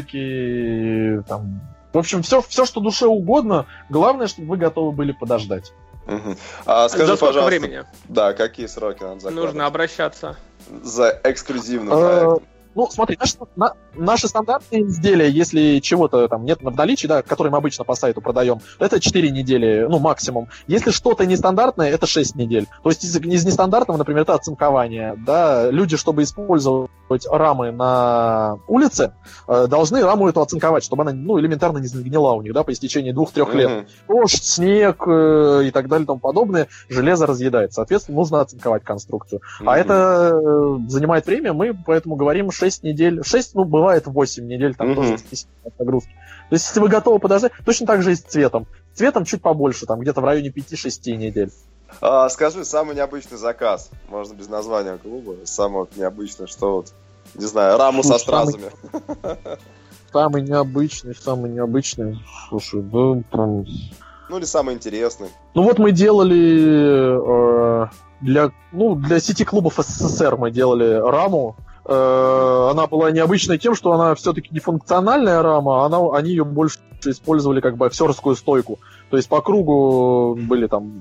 стойки, там. В общем, все, все, что душе угодно. Главное, чтобы вы готовы были подождать. Мгм. А скажи, За сколько пожалуйста, времени да, какие сроки надо закладывать? нужно обращаться? За эксклюзивным Э, проектом. Ну, смотри, наши, на- наши стандартные изделия, если чего-то там нет в наличии, да, которые мы обычно по сайту продаем, это четыре недели, ну, максимум. Если что-то нестандартное, это шесть недель. То есть из, из нестандартного, например, это оцинкование. Да, люди, чтобы использовать рамы на улице, э, должны раму эту оцинковать, чтобы она, ну, элементарно не загнила у них, да, по истечении двух-трех лет. Мгм. Дождь, снег э, и так далее и тому подобное, железо разъедает. Соответственно, нужно оцинковать конструкцию. Мгм. А это э, занимает время, мы поэтому говорим шесть недель. шесть, ну, бывает восемь недель, там Мгм. тоже зависит от нагрузки. То есть, если вы готовы подождать, точно так же и с цветом. С цветом чуть побольше, там где-то в районе пяти-шести недель. А, скажи, самый необычный заказ, можно без названия клуба, самый вот необычный, что вот, не знаю, раму со Слушай, самый- стразами. Самый необычный, самый необычный. Слушай, да, прям... Ну или самый интересный. Ну вот мы делали э, для, ну, для сети клубов СССР мы делали раму. Э, она была необычной тем, что она все-таки не функциональная рама, она, они ее больше использовали как боксерскую стойку. То есть по кругу были там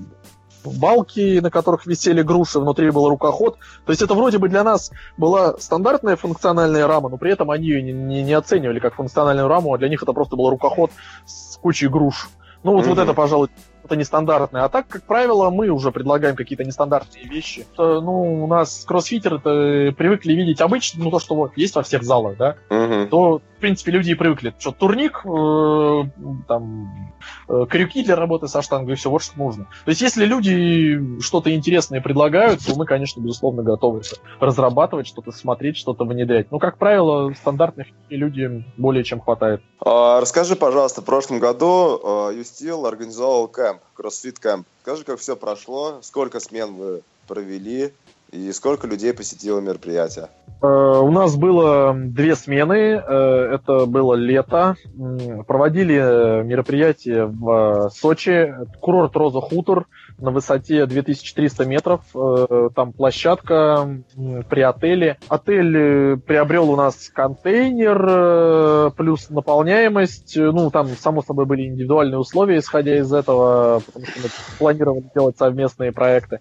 балки, на которых висели груши, внутри был рукоход. То есть это вроде бы для нас была стандартная функциональная рама, но при этом они ее не, не, не оценивали как функциональную раму, а для них это просто был рукоход с кучей груш. Ну вот, Мгм. вот это, пожалуй, это нестандартное. А так, как правило, мы уже предлагаем какие-то нестандартные вещи. То, ну, у нас кроссфитеры привыкли видеть обычно, ну, то, что вот есть во всех залах, да, Мгм. то, в принципе, люди и привыкли. Что турник, э, там, э, крюки для работы со штангой, и все, вот что нужно. То есть, если люди что-то интересное предлагают, то мы, конечно, безусловно, готовы это разрабатывать, что-то смотреть, что-то внедрять. Но, как правило, стандартных людям более чем хватает. А, расскажи, пожалуйста, в прошлом году а, Юстил организовал кэмп, кроссфит кэмп. Скажи, как все прошло, сколько смен вы провели и сколько людей посетило мероприятие? Э, У нас было две смены. Э, Это было лето. М, Проводили э, мероприятие в э, Сочи. Курорт Роза Хутор на высоте две тысячи триста метров. Э, Там площадка м, при отеле. Отель э, приобрел у нас контейнер э, плюс наполняемость. Э, Ну, там, само собой, были индивидуальные условия, исходя из этого, потому что мы планировали делать совместные проекты.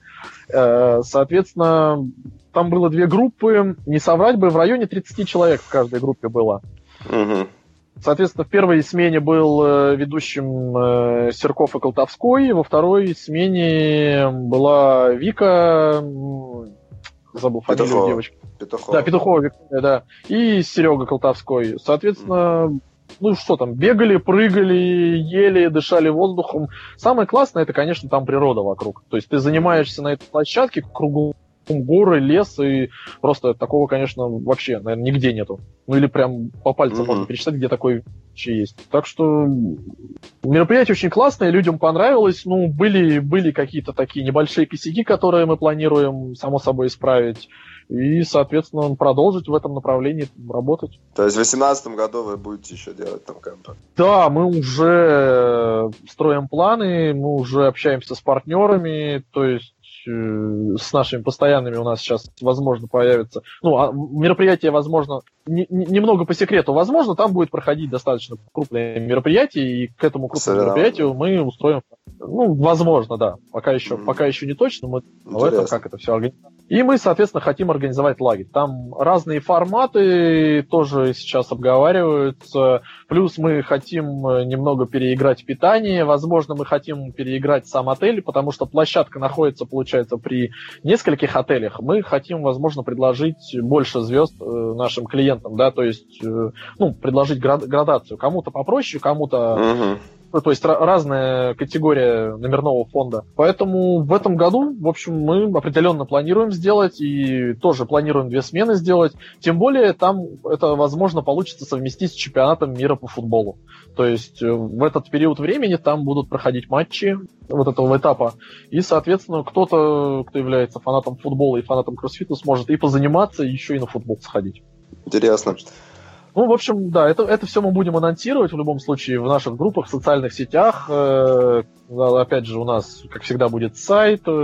Э, Соответственно, там было две группы, не соврать бы, в районе тридцать человек в каждой группе было. Мгм. Соответственно, в первой смене был э, ведущим э, Серков и Колтовской, во второй смене была Вика, м, забыл фамилию Петухова. девочки. Петухов. Да, Петухова Виктория, да. И Серега Колтовской. Соответственно, ну что там, бегали, прыгали, ели, дышали воздухом. Самое классное, это, конечно, там природа вокруг. То есть ты занимаешься на этой площадке, кругом горы, лес, и просто такого, конечно, вообще, наверное, нигде нету. Ну или прям по пальцам Мгм. можно пересчитать, где такое вообще есть. Так что мероприятие очень классное, людям понравилось. Ну, были, были какие-то такие небольшие косяки, которые мы планируем, само собой, исправить. И, соответственно, продолжить в этом направлении работать. То есть в две тысячи восемнадцатом году вы будете еще делать там кэмпы? Да, мы уже строим планы, мы уже общаемся с партнерами, то есть э, с нашими постоянными у нас сейчас, возможно, появится... Ну, а мероприятие, возможно, не- не- немного по секрету, возможно, там будет проходить достаточно крупное мероприятие, и к этому крупному Соревнования. мероприятию мы устроим... Ну, возможно, да. Пока еще, Мгм. пока еще не точно, мы в этом Интересно. как это все организовано. И мы, соответственно, хотим организовать лагерь. Там разные форматы тоже сейчас обговариваются. Плюс мы хотим немного переиграть питание. Возможно, мы хотим переиграть сам отель, потому что площадка находится, получается, при нескольких отелях. Мы хотим, возможно, предложить больше звезд нашим клиентам, да, то есть, ну, предложить градацию. Кому-то попроще, кому-то... Угу. То есть разная категория номерного фонда. Поэтому в этом году, в общем, мы определенно планируем сделать и тоже планируем две смены сделать. Тем более там это, возможно, получится совместить с чемпионатом мира по футболу. То есть в этот период времени там будут проходить матчи вот этого этапа. И, соответственно, кто-то, кто является фанатом футбола и фанатом кроссфита, сможет и позаниматься, и еще и на футбол сходить. Интересно. Ну, в общем, да, это, это все мы будем анонсировать в любом случае в наших группах, в социальных сетях. Э, опять же, у нас, как всегда, будет сайт, э,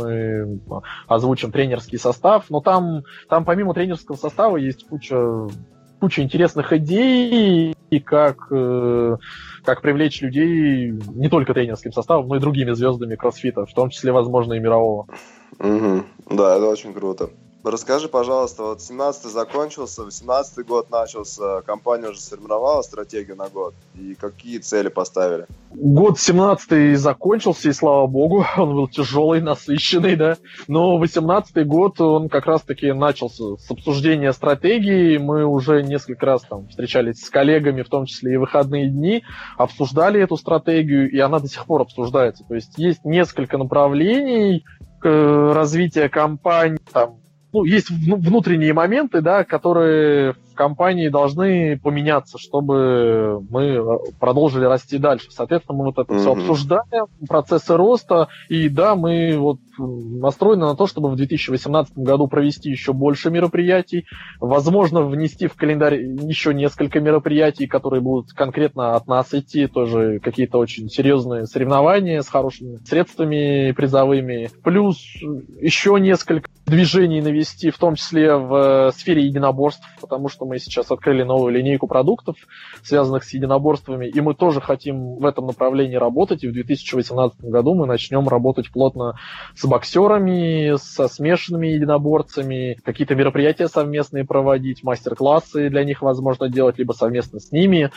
мы озвучим тренерский состав, но там, там помимо тренерского состава есть куча, куча интересных идей, и как, э, как привлечь людей не только тренерским составом, но и другими звездами кроссфита, в том числе, возможно, и мирового. Угу. Да, это очень круто. Расскажи, пожалуйста, вот семнадцатый закончился, восемнадцатый год начался, компания уже сформировала стратегию на год, и какие цели поставили? Год семнадцатый закончился, и слава богу, он был тяжелый, насыщенный, да, но восемнадцатый год, он как раз-таки начался с обсуждения стратегии, мы уже несколько раз там встречались с коллегами, в том числе и в выходные дни, обсуждали эту стратегию, и она до сих пор обсуждается, то есть есть несколько направлений развития компании, там, ну, есть внутренние моменты, да, которые в компании должны поменяться, чтобы мы продолжили расти дальше. Соответственно, мы вот это mm-hmm. все обсуждаем, процессы роста, и да, мы вот настроены на то, чтобы в две тысячи восемнадцатом году провести еще больше мероприятий, возможно, внести в календарь еще несколько мероприятий, которые будут конкретно от нас идти, тоже какие-то очень серьезные соревнования с хорошими средствами призовыми, плюс еще несколько движений навести, в том числе в сфере единоборств, потому что мы сейчас открыли новую линейку продуктов, связанных с единоборствами, и мы тоже хотим в этом направлении работать, и в две тысячи восемнадцатом году мы начнем работать плотно с боксерами, со смешанными единоборцами, какие-то мероприятия совместные проводить, мастер-классы для них возможно делать, либо совместно с ними.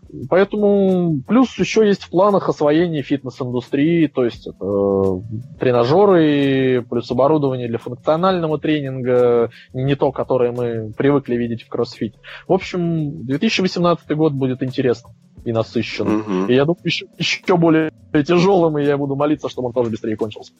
Поэтому плюс еще есть в планах освоение фитнес-индустрии, то есть это тренажеры, плюс оборудование для функционального тренинга, не то, которое мы привыкли видеть в кроссфите. В общем, две тысячи восемнадцатый год будет интересным и насыщенным. Mm-hmm. И я думаю, еще, еще более тяжелым, и я буду молиться, чтобы он тоже быстрее кончился.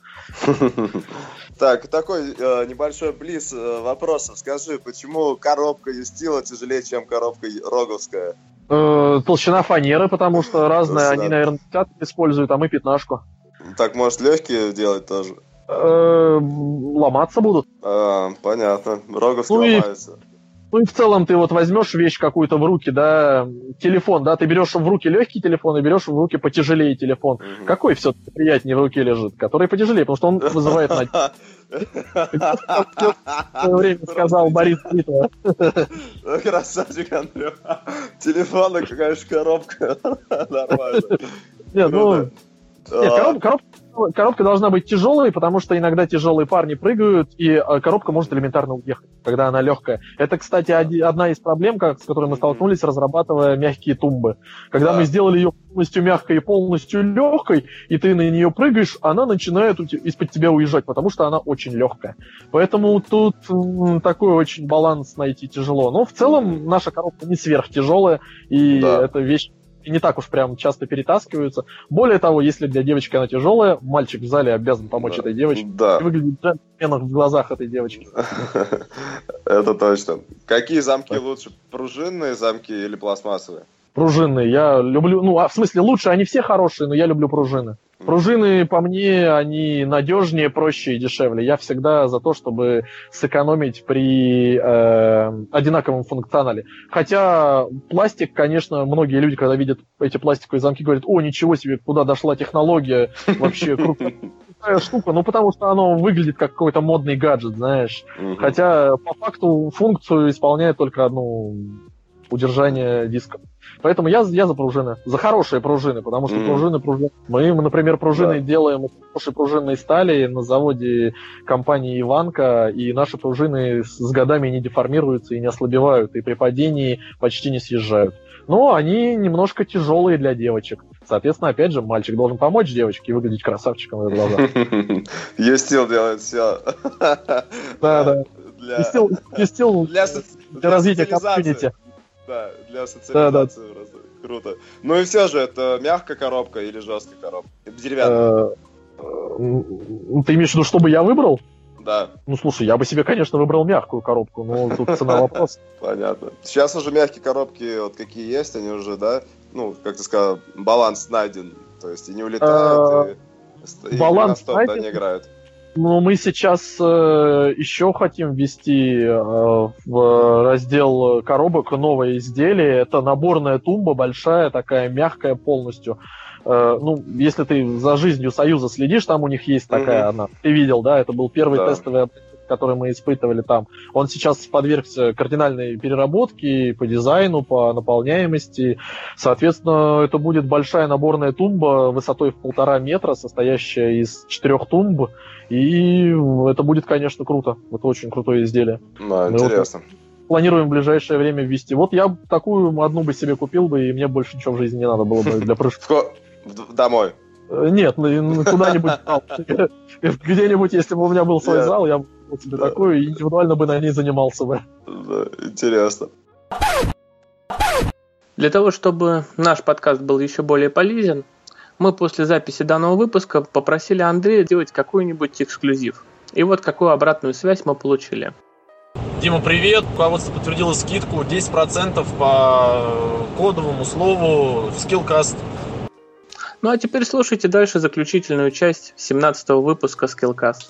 Так, такой э, небольшой близ э, вопросов. Скажи, почему коробка Юстила тяжелее, чем коробка Роговская? Э, толщина фанеры, потому что разные, они, наверное, десятку используют, а мы пятнашку. Так, может, легкие делать тоже? Э, ломаться будут. А, понятно. Роговская ну ломается. И... Ну и в целом ты вот возьмешь вещь какую-то в руки, да, телефон, да, ты берешь в руки легкий телефон и берешь в руки потяжелее телефон. Mm-hmm. Какой все-таки приятнее в руке лежит? Который потяжелее, потому что он вызывает надежду. В свое время сказал Борис Питер. Красавчик, Андрей. Телефон, какая же коробка. Нормально. Нет, ну... Нет, коробка, коробка, коробка должна быть тяжелой, потому что иногда тяжелые парни прыгают, и коробка может элементарно уехать, когда она легкая. Это, кстати, одна из проблем, как, с которой мы столкнулись, разрабатывая мягкие тумбы. Когда да. мы сделали ее полностью мягкой и полностью легкой, и ты на нее прыгаешь, она начинает из-под тебя уезжать, потому что она очень легкая. Поэтому тут такой очень баланс найти тяжело. Но в целом наша коробка не сверхтяжелая, и да. эта вещь и не так уж прям часто перетаскиваются. Более того, если для девочки она тяжелая, мальчик в зале обязан помочь да. этой девочке. Да. И выглядит джентльменом в глазах этой девочки. Это точно. Какие замки лучше? Пружинные замки или пластмассовые? Пружинные. Я люблю... Ну, в смысле, лучше, они все хорошие, но я люблю пружины. Пружины, по мне, они надежнее, проще и дешевле. Я всегда за то, чтобы сэкономить при э, одинаковом функционале. Хотя пластик, конечно, многие люди, когда видят эти пластиковые замки, говорят: о, ничего себе, куда дошла технология, вообще крутая штука. Ну, потому что оно выглядит как какой-то модный гаджет, знаешь. Хотя, по факту, функцию исполняет только одну... удержания диска. Поэтому я, я за пружины, за хорошие пружины, потому что mm. пружины, пружины. Мы, например, пружины да. делаем из хорошей пружинной стали на заводе компании Иванка, и наши пружины с годами не деформируются и не ослабевают, и при падении почти не съезжают. Но они немножко тяжелые для девочек. Соответственно, опять же, мальчик должен помочь девочке и выглядеть красавчиком в ее глазах. Юстил делает все. Да, да. Юстил для развития комьюнити. Да, для социализации. Круто. Ну и все же, это мягкая коробка или жесткая коробка? Деревянная. Ты имеешь в виду, чтобы я выбрал? Да. Ну, слушай, я бы себе, конечно, выбрал мягкую коробку, но тут цена вопроса. Понятно. Сейчас уже мягкие коробки, вот какие есть, они уже, да, ну, как ты сказал, баланс найден, то есть и не улетают, и на стоп, да, не играют. Ну, мы сейчас э, еще хотим ввести э, в раздел коробок новое изделие. Это наборная тумба, большая, такая мягкая полностью. Э, ну, если ты за жизнью Союза следишь, там у них есть такая mm-hmm. она. Ты видел, да? Это был первый да. тестовый аппарат, который мы испытывали там. Он сейчас подвергся кардинальной переработке по дизайну, по наполняемости. Соответственно, это будет большая наборная тумба высотой в полтора метра, состоящая из четырех тумб. И это будет, конечно, круто. Это очень крутое изделие. Да, мы интересно. Вот планируем в ближайшее время ввести. Вот я такую одну бы себе купил бы, и мне больше ничего в жизни не надо было бы для прыжка. Домой? Нет, куда-нибудь где-нибудь, если бы у меня был свой зал, я бы купил себе такую и индивидуально бы на ней занимался бы. Интересно. Для того, чтобы наш подкаст был еще более полезен, мы после записи данного выпуска попросили Андрея сделать какой-нибудь эксклюзив. И вот какую обратную связь мы получили. Дима, привет! Руководство подтвердило скидку десять процентов по кодовому слову в Skillcast. Ну а теперь слушайте дальше заключительную часть семнадцатого выпуска Skillcast.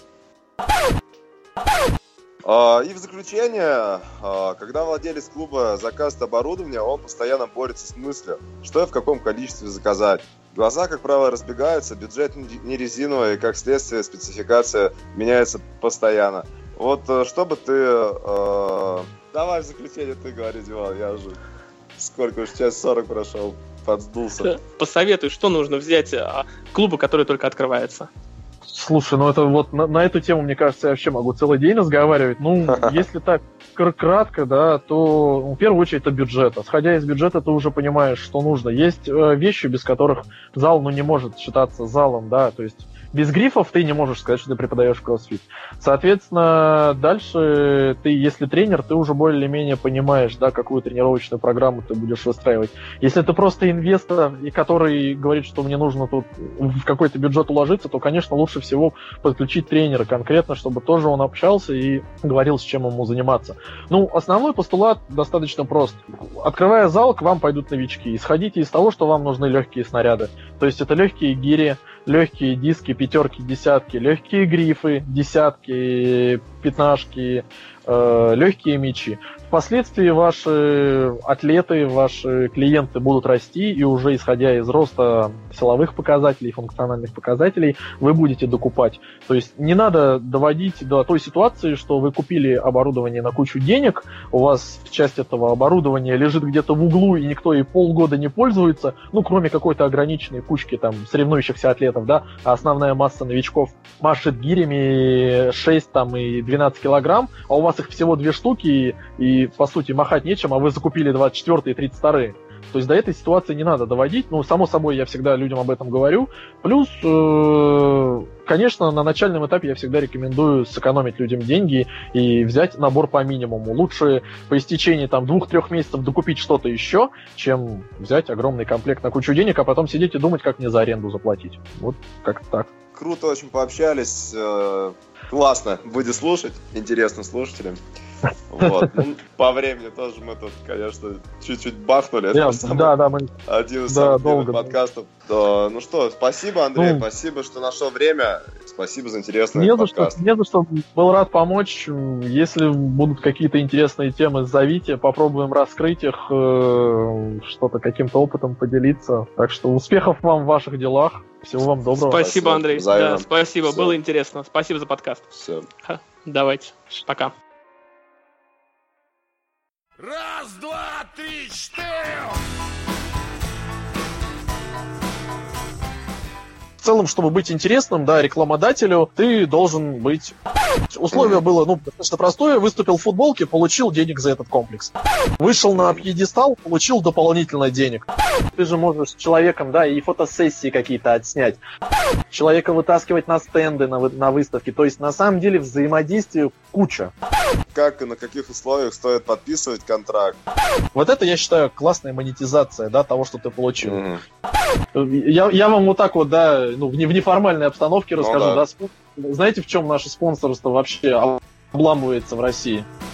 И в заключение, когда владелец клуба заказывает оборудование, он постоянно борется с мыслью, что и в каком количестве заказать. Глаза, как правило, разбегаются, бюджет не резиновый, и, как следствие, спецификация меняется постоянно. Вот что бы ты... Э... Давай в заключение ты говори, Диман, я уже... Сколько уж, час сорок прошел, подсдулся. Посоветуй, что нужно взять клубу, который только открывается. Слушай, ну это вот на, на эту тему, мне кажется, я вообще могу целый день разговаривать. Ну, если так кратко, да, то ну, в первую очередь это бюджет. А сходя из бюджета, ты уже понимаешь, что нужно. Есть э, вещи, без которых зал ну, не может считаться залом, да, то есть без грифов ты не можешь сказать, что ты преподаешь кроссфит. Соответственно, дальше ты, если тренер, ты уже более-менее понимаешь, да, какую тренировочную программу ты будешь выстраивать. Если ты просто инвестор, и который говорит, что мне нужно тут в какой-то бюджет уложиться, то, конечно, лучше всего подключить тренера конкретно, чтобы тоже он общался и говорил, с чем ему заниматься. Ну, основной постулат достаточно прост. Открывая зал, к вам пойдут новички. Исходите из того, что вам нужны легкие снаряды. То есть это легкие гири, легкие диски, пятерки, десятки, легкие грифы, десятки, пятнашки, э, легкие мячи. Впоследствии ваши атлеты, ваши клиенты будут расти, и уже исходя из роста силовых показателей, функциональных показателей, вы будете докупать. То есть не надо доводить до той ситуации, что вы купили оборудование на кучу денег, у вас часть этого оборудования лежит где-то в углу, и никто и полгода не пользуется, ну, кроме какой-то ограниченной кучки там соревнующихся атлетов, да, а основная масса новичков машет гирями шесть там, и двенадцать килограмм, а у вас их всего две штуки, и, по сути, махать нечем, а вы закупили двадцать четвёртые и тридцать вторые. То есть до этой ситуации не надо доводить. Ну, само собой, я всегда людям об этом говорю. Плюс, э, конечно, на начальном этапе я всегда рекомендую сэкономить людям деньги и взять набор по минимуму. Лучше по истечении там двух-трех месяцев докупить что-то еще, чем взять огромный комплект на кучу денег, а потом сидеть и думать, как мне за аренду заплатить. Вот как-то так. Круто, очень пообщались. Классно будет слушать, интересно слушателям. Вот. Ну, по времени тоже мы тут, конечно, чуть-чуть бахнули. Это yeah, самый, да, да, мы... один из да, самых длинных подкастов. Да, ну что, спасибо, Андрей, ну, спасибо, что нашел время. Спасибо за интересный не подкаст. За что, не за что. Был рад помочь. Если будут какие-то интересные темы, зовите, попробуем раскрыть их, что-то каким-то опытом поделиться. Так что успехов вам в ваших делах. Всего вам доброго. Спасибо, Андрей. Да, спасибо, Все. Было интересно. Спасибо за подкаст. Все. Давайте. Пока. Раз, два, три, в целом, чтобы быть интересным, да, рекламодателю, ты должен быть... Условие было, ну, достаточно простое. Выступил в футболке, получил денег за этот комплекс. Вышел на пьедестал, получил дополнительно денег. Ты же можешь с человеком, да, и фотосессии какие-то отснять. Человека вытаскивать на стенды, на, на выставке. То есть, на самом деле, взаимодействия куча. Как и на каких условиях стоит подписывать контракт? Вот это, я считаю, классная монетизация, да, того, что ты получил. Mm-hmm. Я, я вам вот так вот, да, ну, в неформальной обстановке расскажу, ну, да. да. Знаете, в чем наше спонсорство вообще обламывается в России?